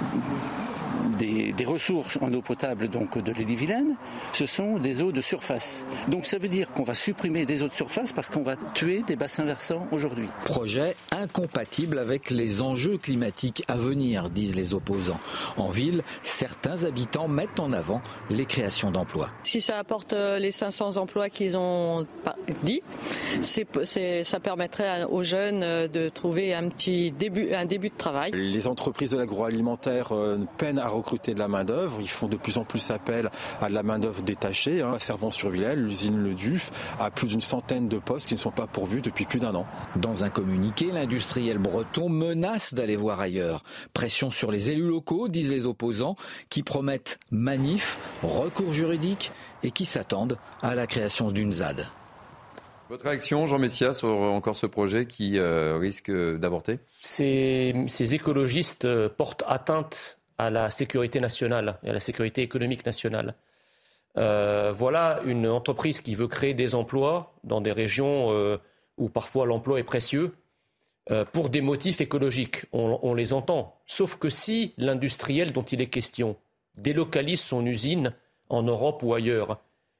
Des, des ressources en eau potable donc de l'Ille-et-Vilaine, ce sont des eaux de surface. Donc ça veut dire qu'on va supprimer des eaux de surface parce qu'on va tuer des bassins versants aujourd'hui. Projet incompatible avec les enjeux climatiques à venir, disent les opposants. En ville, certains habitants mettent en avant les créations d'emplois. Si ça apporte les cinq cents emplois qu'ils ont dit, c'est, c'est, ça permettrait aux jeunes de trouver un petit début, un début de travail. Les entreprises de l'agroalimentaire peinent à recruter de la main-d'œuvre. Ils font de plus en plus appel à de la main-d'œuvre détachée. Hein. À Servan-sur-Villers, l'usine Le Duf a plus d'une centaine de postes qui ne sont pas pourvus depuis plus d'un an. Dans un communiqué, l'industriel breton menace d'aller voir ailleurs. Pression sur les élus locaux, disent les opposants, qui promettent manif, recours juridique et qui s'attendent à la création d'une Z A D. Votre réaction, Jean Messia, sur encore ce projet qui euh, risque d'avorter ? Ces, ces écologistes portent atteinte à la sécurité nationale et à la sécurité économique nationale. Euh, voilà une entreprise qui veut créer des emplois dans des régions euh, où parfois l'emploi est précieux euh, pour des motifs écologiques. On, on les entend. Sauf que si l'industriel dont il est question délocalise son usine en Europe ou ailleurs,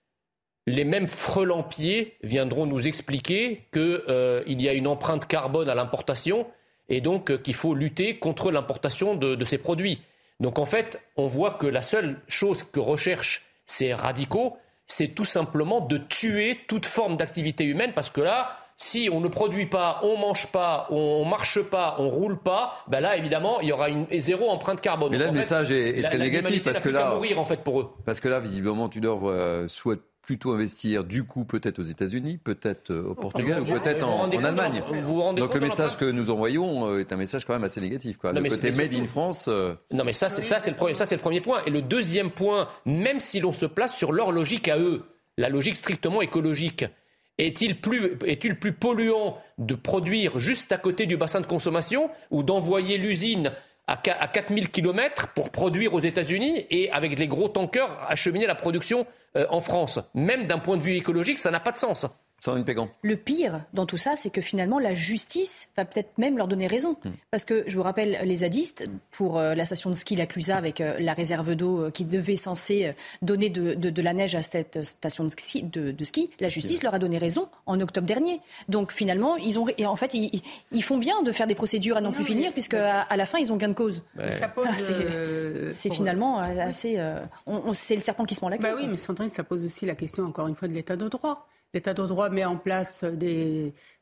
les mêmes frelampiers viendront nous expliquer qu'il euh, y a une empreinte carbone à l'importation et donc euh, qu'il faut lutter contre l'importation de, de ces produits. Donc en fait, on voit que la seule chose que recherchent ces radicaux, c'est tout simplement de tuer toute forme d'activité humaine, parce que là, si on ne produit pas, on ne mange pas, on ne marche pas, on ne roule pas, ben là, évidemment, il y aura une, zéro empreinte carbone. Mais là, donc, le en message fait, est, est la, très la négatif, parce que là, mourir, en fait, pour eux. Parce que là, visiblement, Tudor euh, souhaite plutôt investir du coup peut-être aux États-Unis, peut-être au Portugal ou peut-être en, en Allemagne. Vous vous Donc le message que nous envoyons est un message quand même assez négatif, quoi. Non, le côté made in France. Euh... Non mais ça c'est ça c'est le premier ça c'est le premier point. Et le deuxième point, même si l'on se place sur leur logique à eux, la logique strictement écologique, est-il plus est-il plus polluant de produire juste à côté du bassin de consommation ou d'envoyer l'usine à quatre mille kilomètres pour produire aux États-Unis et avec les gros tankers acheminer la production euh, en France. Même d'un point de vue écologique, ça n'a pas de sens. Sandrine Pégan. Le pire dans tout ça, c'est que finalement, la justice va peut-être même leur donner raison. Mmh. Parce que, je vous rappelle, les zadistes, pour euh, la station de ski La Clusaz, avec euh, la réserve d'eau euh, qui devait censée euh, donner de, de, de la neige à cette station de ski, de, de ski, la justice leur a donné raison en octobre dernier. Donc finalement, ils ont, et en fait, ils, ils font bien de faire des procédures à non, non plus finir, puisque à, à la fin, ils ont gain de cause. Ouais. Ça pose, c'est euh, c'est pour... finalement assez... Euh, on, on, c'est le serpent qui se mord la queue. Bah oui, mais Sandrine, ça pose aussi la question, encore une fois, de l'état de droit. L'état de droit met en place des,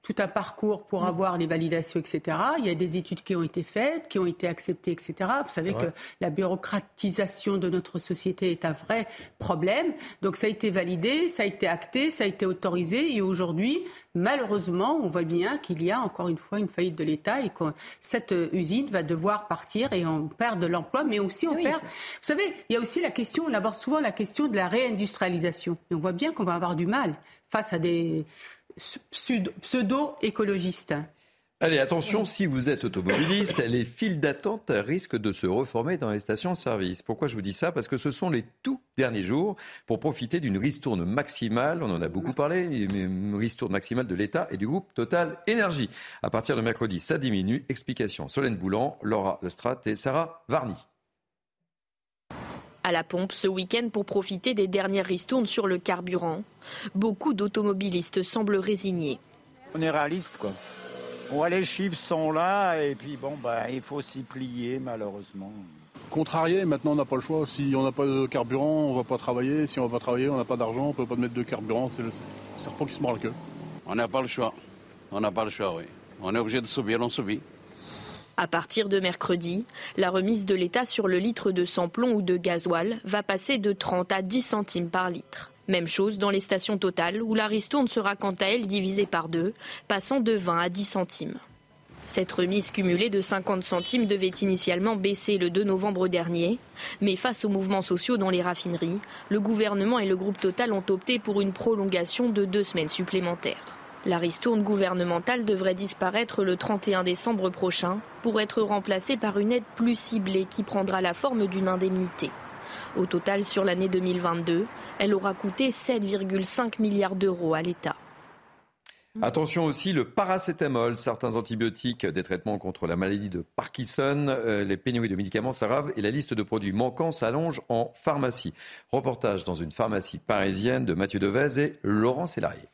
tout un parcours pour avoir les validations, et cetera. Il y a des études qui ont été faites, qui ont été acceptées, et cetera. Vous savez ouais. que la bureaucratisation de notre société est un vrai problème. Donc ça a été validé, ça a été acté, ça a été autorisé. Et aujourd'hui, malheureusement, on voit bien qu'il y a encore une fois une faillite de l'État et que cette usine va devoir partir et on perd de l'emploi, mais aussi on oui, perd... Ça... Vous savez, il y a aussi la question, on aborde souvent la question de la réindustrialisation. Et on voit bien qu'on va avoir du mal face à des pseudo-écologistes. Allez, attention, si vous êtes automobiliste, les files d'attente risquent de se reformer dans les stations-service. Pourquoi je vous dis ça ? Parce que ce sont les tout derniers jours pour profiter d'une ristourne maximale, on en a beaucoup parlé, une ristourne maximale de l'État et du groupe Total Énergie. À partir de mercredi, ça diminue. Explication, Solène Boulan, Laura Lestrade et Sarah Varny. À la pompe ce week-end pour profiter des dernières ristournes sur le carburant. Beaucoup d'automobilistes semblent résignés. On est réaliste, quoi. Ouais, les chiffres sont là et puis bon, bah, il faut s'y plier malheureusement. Contrarié, maintenant on n'a pas le choix. Si on n'a pas de carburant, on ne va pas travailler. Si on ne va pas travailler, on n'a pas d'argent, on ne peut pas mettre de carburant. C'est le serpent qui se mord la queue. On n'a pas le choix. On n'a pas le choix, oui. On est obligé de subir, on subit. À partir de mercredi, la remise de l'État sur le litre de sans-plomb ou de gasoil va passer de trente à dix centimes par litre. Même chose dans les stations Total où la ristourne sera quant à elle divisée par deux, passant de vingt à dix centimes. Cette remise cumulée de cinquante centimes devait initialement baisser le deux novembre dernier. Mais face aux mouvements sociaux dans les raffineries, le gouvernement et le groupe Total ont opté pour une prolongation de deux semaines supplémentaires. La ristourne gouvernementale devrait disparaître le trente et un décembre prochain pour être remplacée par une aide plus ciblée qui prendra la forme d'une indemnité. Au total, sur l'année deux mille vingt-deux, elle aura coûté sept virgule cinq milliards d'euros à l'État. Attention aussi, le paracétamol, certains antibiotiques, des traitements contre la maladie de Parkinson, euh, les pénuries de médicaments s'aggravent et la liste de produits manquants s'allonge en pharmacie. Reportage dans une pharmacie parisienne de Mathieu Devez et Laurent Sélarié.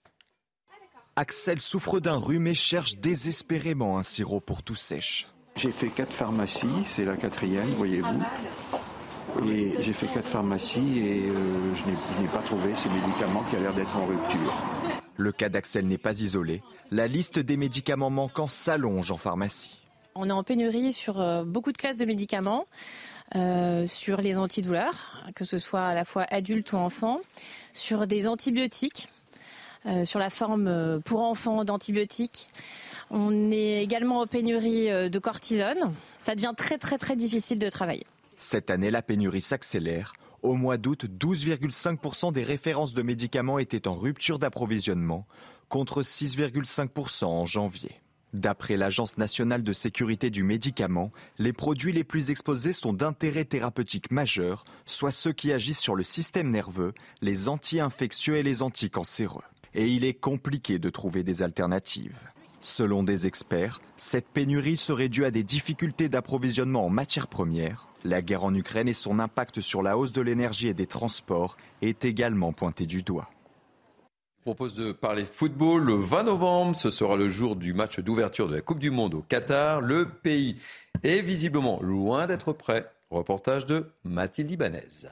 Axel souffre d'un rhume et cherche désespérément un sirop pour toux sèche. J'ai fait quatre pharmacies, c'est la quatrième, voyez-vous. Et j'ai fait quatre pharmacies et euh, je, n'ai, je n'ai pas trouvé ces médicaments qui a l'air d'être en rupture. Le cas d'Axel n'est pas isolé. La liste des médicaments manquants s'allonge en pharmacie. On est en pénurie sur euh, beaucoup de classes de médicaments, euh, sur les antidouleurs, que ce soit à la fois adultes ou enfants, sur des antibiotiques. Euh, sur la forme euh, pour enfants d'antibiotiques. On est également en pénurie euh, de cortisone. Ça devient très très très difficile de travailler. Cette année, la pénurie s'accélère. Au mois d'août, douze virgule cinq pour cent des références de médicaments étaient en rupture d'approvisionnement, contre six virgule cinq pour cent en janvier. D'après l'Agence nationale de sécurité du médicament, les produits les plus exposés sont d'intérêt thérapeutique majeur, soit ceux qui agissent sur le système nerveux, les anti-infectieux et les anticancéreux. Et il est compliqué de trouver des alternatives. Selon des experts, cette pénurie serait due à des difficultés d'approvisionnement en matières premières. La guerre en Ukraine et son impact sur la hausse de l'énergie et des transports est également pointé du doigt. Je propose de parler football. Le vingt novembre, ce sera le jour du match d'ouverture de la Coupe du Monde au Qatar. Le pays est visiblement loin d'être prêt. Reportage de Mathilde Ibanez.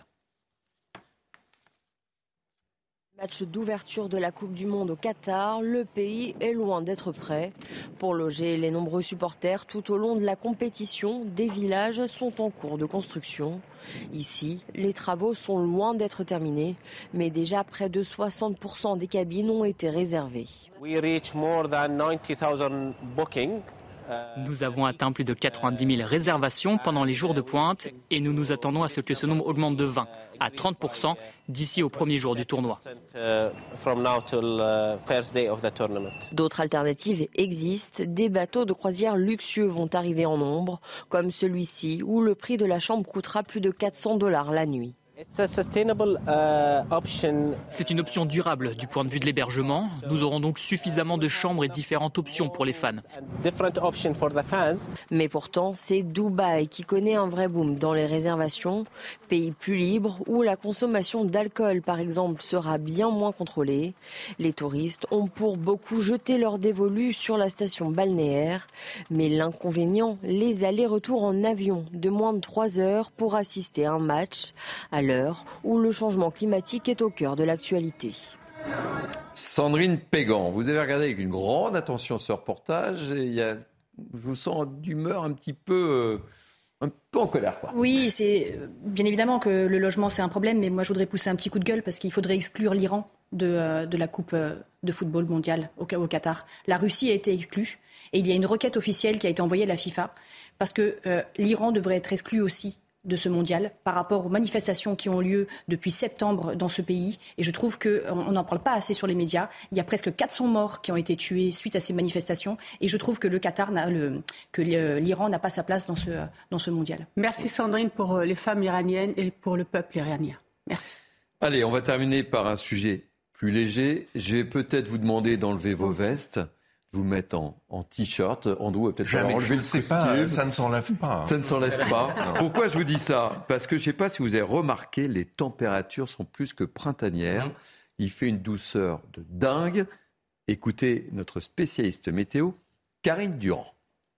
Match d'ouverture de la Coupe du Monde au Qatar, le pays est loin d'être prêt. Pour loger les nombreux supporters tout au long de la compétition, des villages sont en cours de construction. Ici, les travaux sont loin d'être terminés, mais déjà près de soixante pour cent des cabines ont été réservées. Nous avons atteint plus de quatre-vingt-dix mille réservations pendant les jours de pointe et nous nous attendons à ce que ce nombre augmente de vingt à trente pour cent d'ici au premier jour du tournoi. D'autres alternatives existent. Des bateaux de croisière luxueux vont arriver en nombre, comme celui-ci où le prix de la chambre coûtera plus de quatre cents dollars la nuit. C'est une option durable du point de vue de l'hébergement. Nous aurons donc suffisamment de chambres et différentes options pour les fans. Mais pourtant, c'est Dubaï qui connaît un vrai boom dans les réservations. Pays plus libre où la consommation d'alcool, par exemple, sera bien moins contrôlée. Les touristes ont pour beaucoup jeté leur dévolu sur la station balnéaire. Mais l'inconvénient, les allers-retours en avion de moins de trois heures pour assister à un match. À l'heure où le changement climatique est au cœur de l'actualité. Sandrine Pégan, vous avez regardé avec une grande attention ce reportage et il y a, je vous sens d'humeur un petit peu, euh, un peu en colère, quoi. Oui, c'est bien évidemment que le logement c'est un problème, mais moi je voudrais pousser un petit coup de gueule parce qu'il faudrait exclure l'Iran de, euh, de la Coupe de football mondiale au, au Qatar. La Russie a été exclue et il y a une requête officielle qui a été envoyée à la FIFA parce que euh, l'Iran devrait être exclu aussi de ce mondial par rapport aux manifestations qui ont lieu depuis septembre dans ce pays. Et je trouve qu'on n'en parle pas assez sur les médias. Il y a presque quatre cents morts qui ont été tués suite à ces manifestations. Et je trouve que le Qatar, n'a, le, que l'Iran n'a pas sa place dans ce, dans ce mondial. Merci Sandrine pour les femmes iraniennes et pour le peuple iranien. Merci. Allez, on va terminer par un sujet plus léger. Je vais peut-être vous demander d'enlever vos vestes. Vous mettre en, en t-shirt. Andrew va peut-être Jamais, enlever le costume. Pas, ça ne s'enlève pas. Ça ne s'enlève pas. Pourquoi je vous dis ça ? Parce que je ne sais pas si vous avez remarqué, les températures sont plus que printanières. Mmh. Il fait une douceur de dingue. Écoutez notre spécialiste météo, Karine Durand.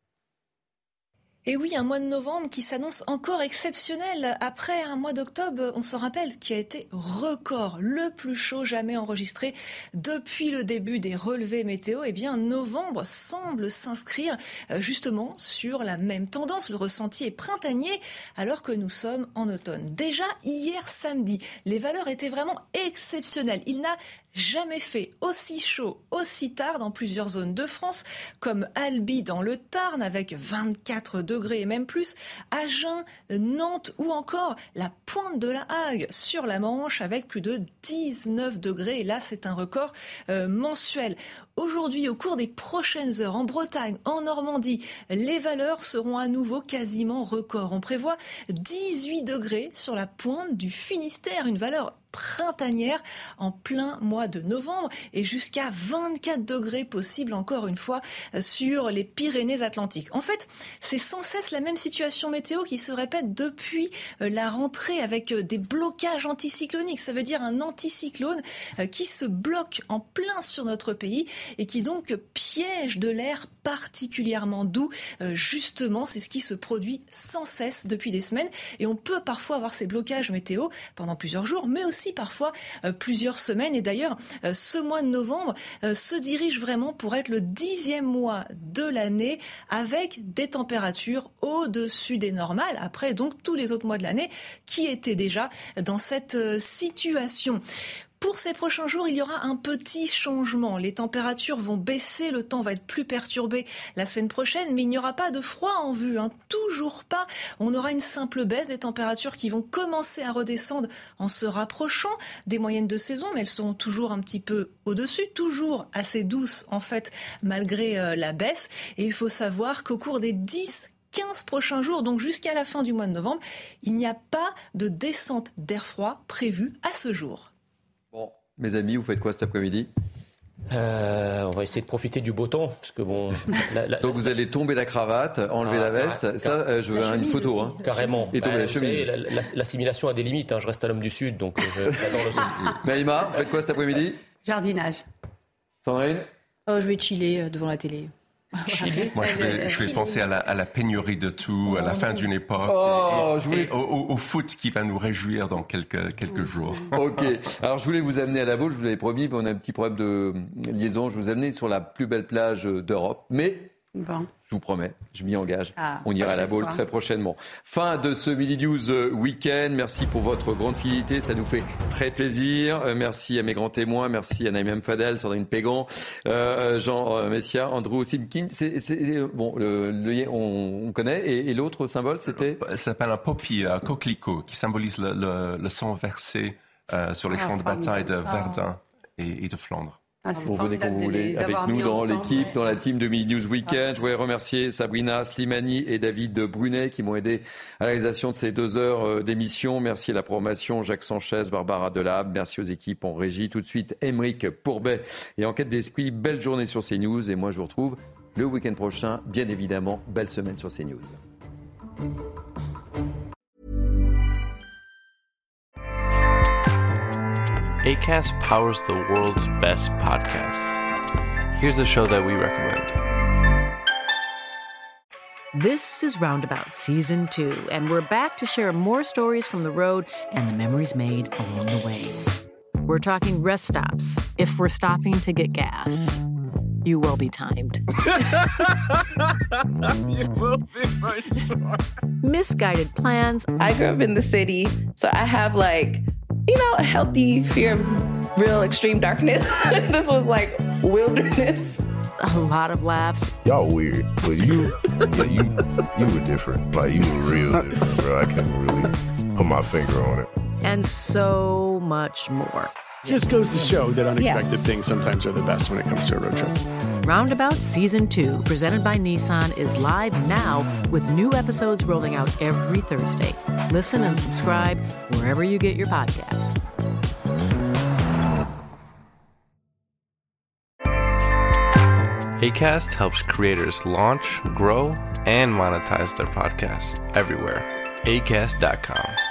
Et oui, un mois de novembre qui s'annonce encore exceptionnel. Après un mois d'octobre, on se rappelle, qui a été record, le plus chaud jamais enregistré depuis le début des relevés météo. Eh bien, novembre semble s'inscrire justement sur la même tendance. Le ressenti est printanier alors que nous sommes en automne. Déjà, hier samedi, les valeurs étaient vraiment exceptionnelles. Il n'a jamais fait aussi chaud, aussi tard dans plusieurs zones de France, comme Albi dans le Tarn avec vingt-quatre degrés et même plus, Agen, Nantes ou encore la Pointe de la Hague sur la Manche avec plus de dix-neuf degrés. Et là, c'est un record euh, mensuel. Aujourd'hui, au cours des prochaines heures, en Bretagne, en Normandie, les valeurs seront à nouveau quasiment records. On prévoit dix-huit degrés sur la pointe du Finistère, une valeur printanière en plein mois de novembre et jusqu'à vingt-quatre degrés possible encore une fois sur les Pyrénées-Atlantiques. En fait, c'est sans cesse la même situation météo qui se répète depuis la rentrée avec des blocages anticycloniques. Ça veut dire un anticyclone qui se bloque en plein sur notre pays et qui donc piège de l'air particulièrement doux. Justement, c'est ce qui se produit sans cesse depuis des semaines et on peut parfois avoir ces blocages météo pendant plusieurs jours, mais aussi parfois euh, plusieurs semaines. Et d'ailleurs, euh, ce mois de novembre euh, se dirige vraiment pour être le dixième mois de l'année avec des températures au-dessus des normales, après donc tous les autres mois de l'année qui étaient déjà dans cette euh, situation. Pour ces prochains jours, il y aura un petit changement. Les températures vont baisser, le temps va être plus perturbé la semaine prochaine, mais il n'y aura pas de froid en vue, hein. Toujours pas. On aura une simple baisse des températures qui vont commencer à redescendre en se rapprochant des moyennes de saison, mais elles seront toujours un petit peu au-dessus, toujours assez douces en fait, malgré euh, la baisse. Et il faut savoir qu'au cours des dix quinze prochains jours, donc jusqu'à la fin du mois de novembre, il n'y a pas de descente d'air froid prévue à ce jour. Bon, mes amis, vous faites quoi cet après-midi ? Euh, on va essayer de profiter du beau temps, parce que bon. La, la... Donc vous allez tomber la cravate, enlever ah, la veste. Ah, ça, euh, je veux une photo, hein. Carrément. Et tomber bah, la chemise. Savez, la, la, l'assimilation a des limites. Hein. Je reste un homme du Sud, donc je, j'adore le Sud. Naïma, vous faites quoi cet après-midi ? Jardinage. Sandrine ? Oh, je vais chiller devant la télé. Chiller. Moi, je vais, je vais penser à la, à la pénurie de tout, à la fin d'une époque, oh, et, je voulais... et au, au, au foot qui va nous réjouir dans quelques, quelques jours. Ok. Alors, je voulais vous amener à la Baule, je vous l'avais promis, mais on a un petit problème de liaison. Je vous amener sur la plus belle plage d'Europe. Mais, bon. Je vous promets, je m'y engage. Ah, on ira à la Baule très prochainement. Fin de ce Midi News Week-end. Merci pour votre grande fidélité, ça nous fait très plaisir. Euh, merci à mes grands témoins, merci à Naïm Fadel, Sandrine Pégan, euh, Jean Messia, Andrew Simkin. C'est, c'est, bon, le, le, on, on connaît. Et, et l'autre symbole, c'était ? Ça s'appelle un poppy, un coquelicot, qui symbolise le, le, le sang versé euh, sur les ah, champs de bataille de Verdun ah. et, et de Flandre. Ah, vous venez quand vous voulez avec nous dans ensemble, l'équipe, ouais. dans la team de Midi News Weekend. Je voudrais remercier Sabrina Slimani et David Brunet qui m'ont aidé à la réalisation de ces deux heures d'émission. Merci à la programmation Jacques Sanchez, Barbara Delab. Merci aux équipes en régie. Tout de suite, Aymeric Pourbet et Enquête d'Esprit. Belle journée sur CNews et moi je vous retrouve le week-end prochain. Bien évidemment, belle semaine sur CNews. Acast powers the world's best podcasts. Here's a show that we recommend. This is Roundabout Season two, and we're back to share more stories from the road and the memories made along the way. We're talking rest stops. If we're stopping to get gas, you will be timed. You will be for sure. Misguided plans. I grew up in the city, so I have like, you know, a healthy fear of real extreme darkness. This was like wilderness. A lot of laughs. Y'all weird, but you, yeah, you, you were different. Like, you were real different, bro. I can't really put my finger on it. And so much more. Just goes to show that unexpected yeah. things sometimes are the best when it comes to a road trip. Roundabout Season two, presented by Nissan, is live now with new episodes rolling out every Thursday. Listen and subscribe wherever you get your podcasts. Acast helps creators launch, grow, and monetize their podcasts everywhere. acast dot com.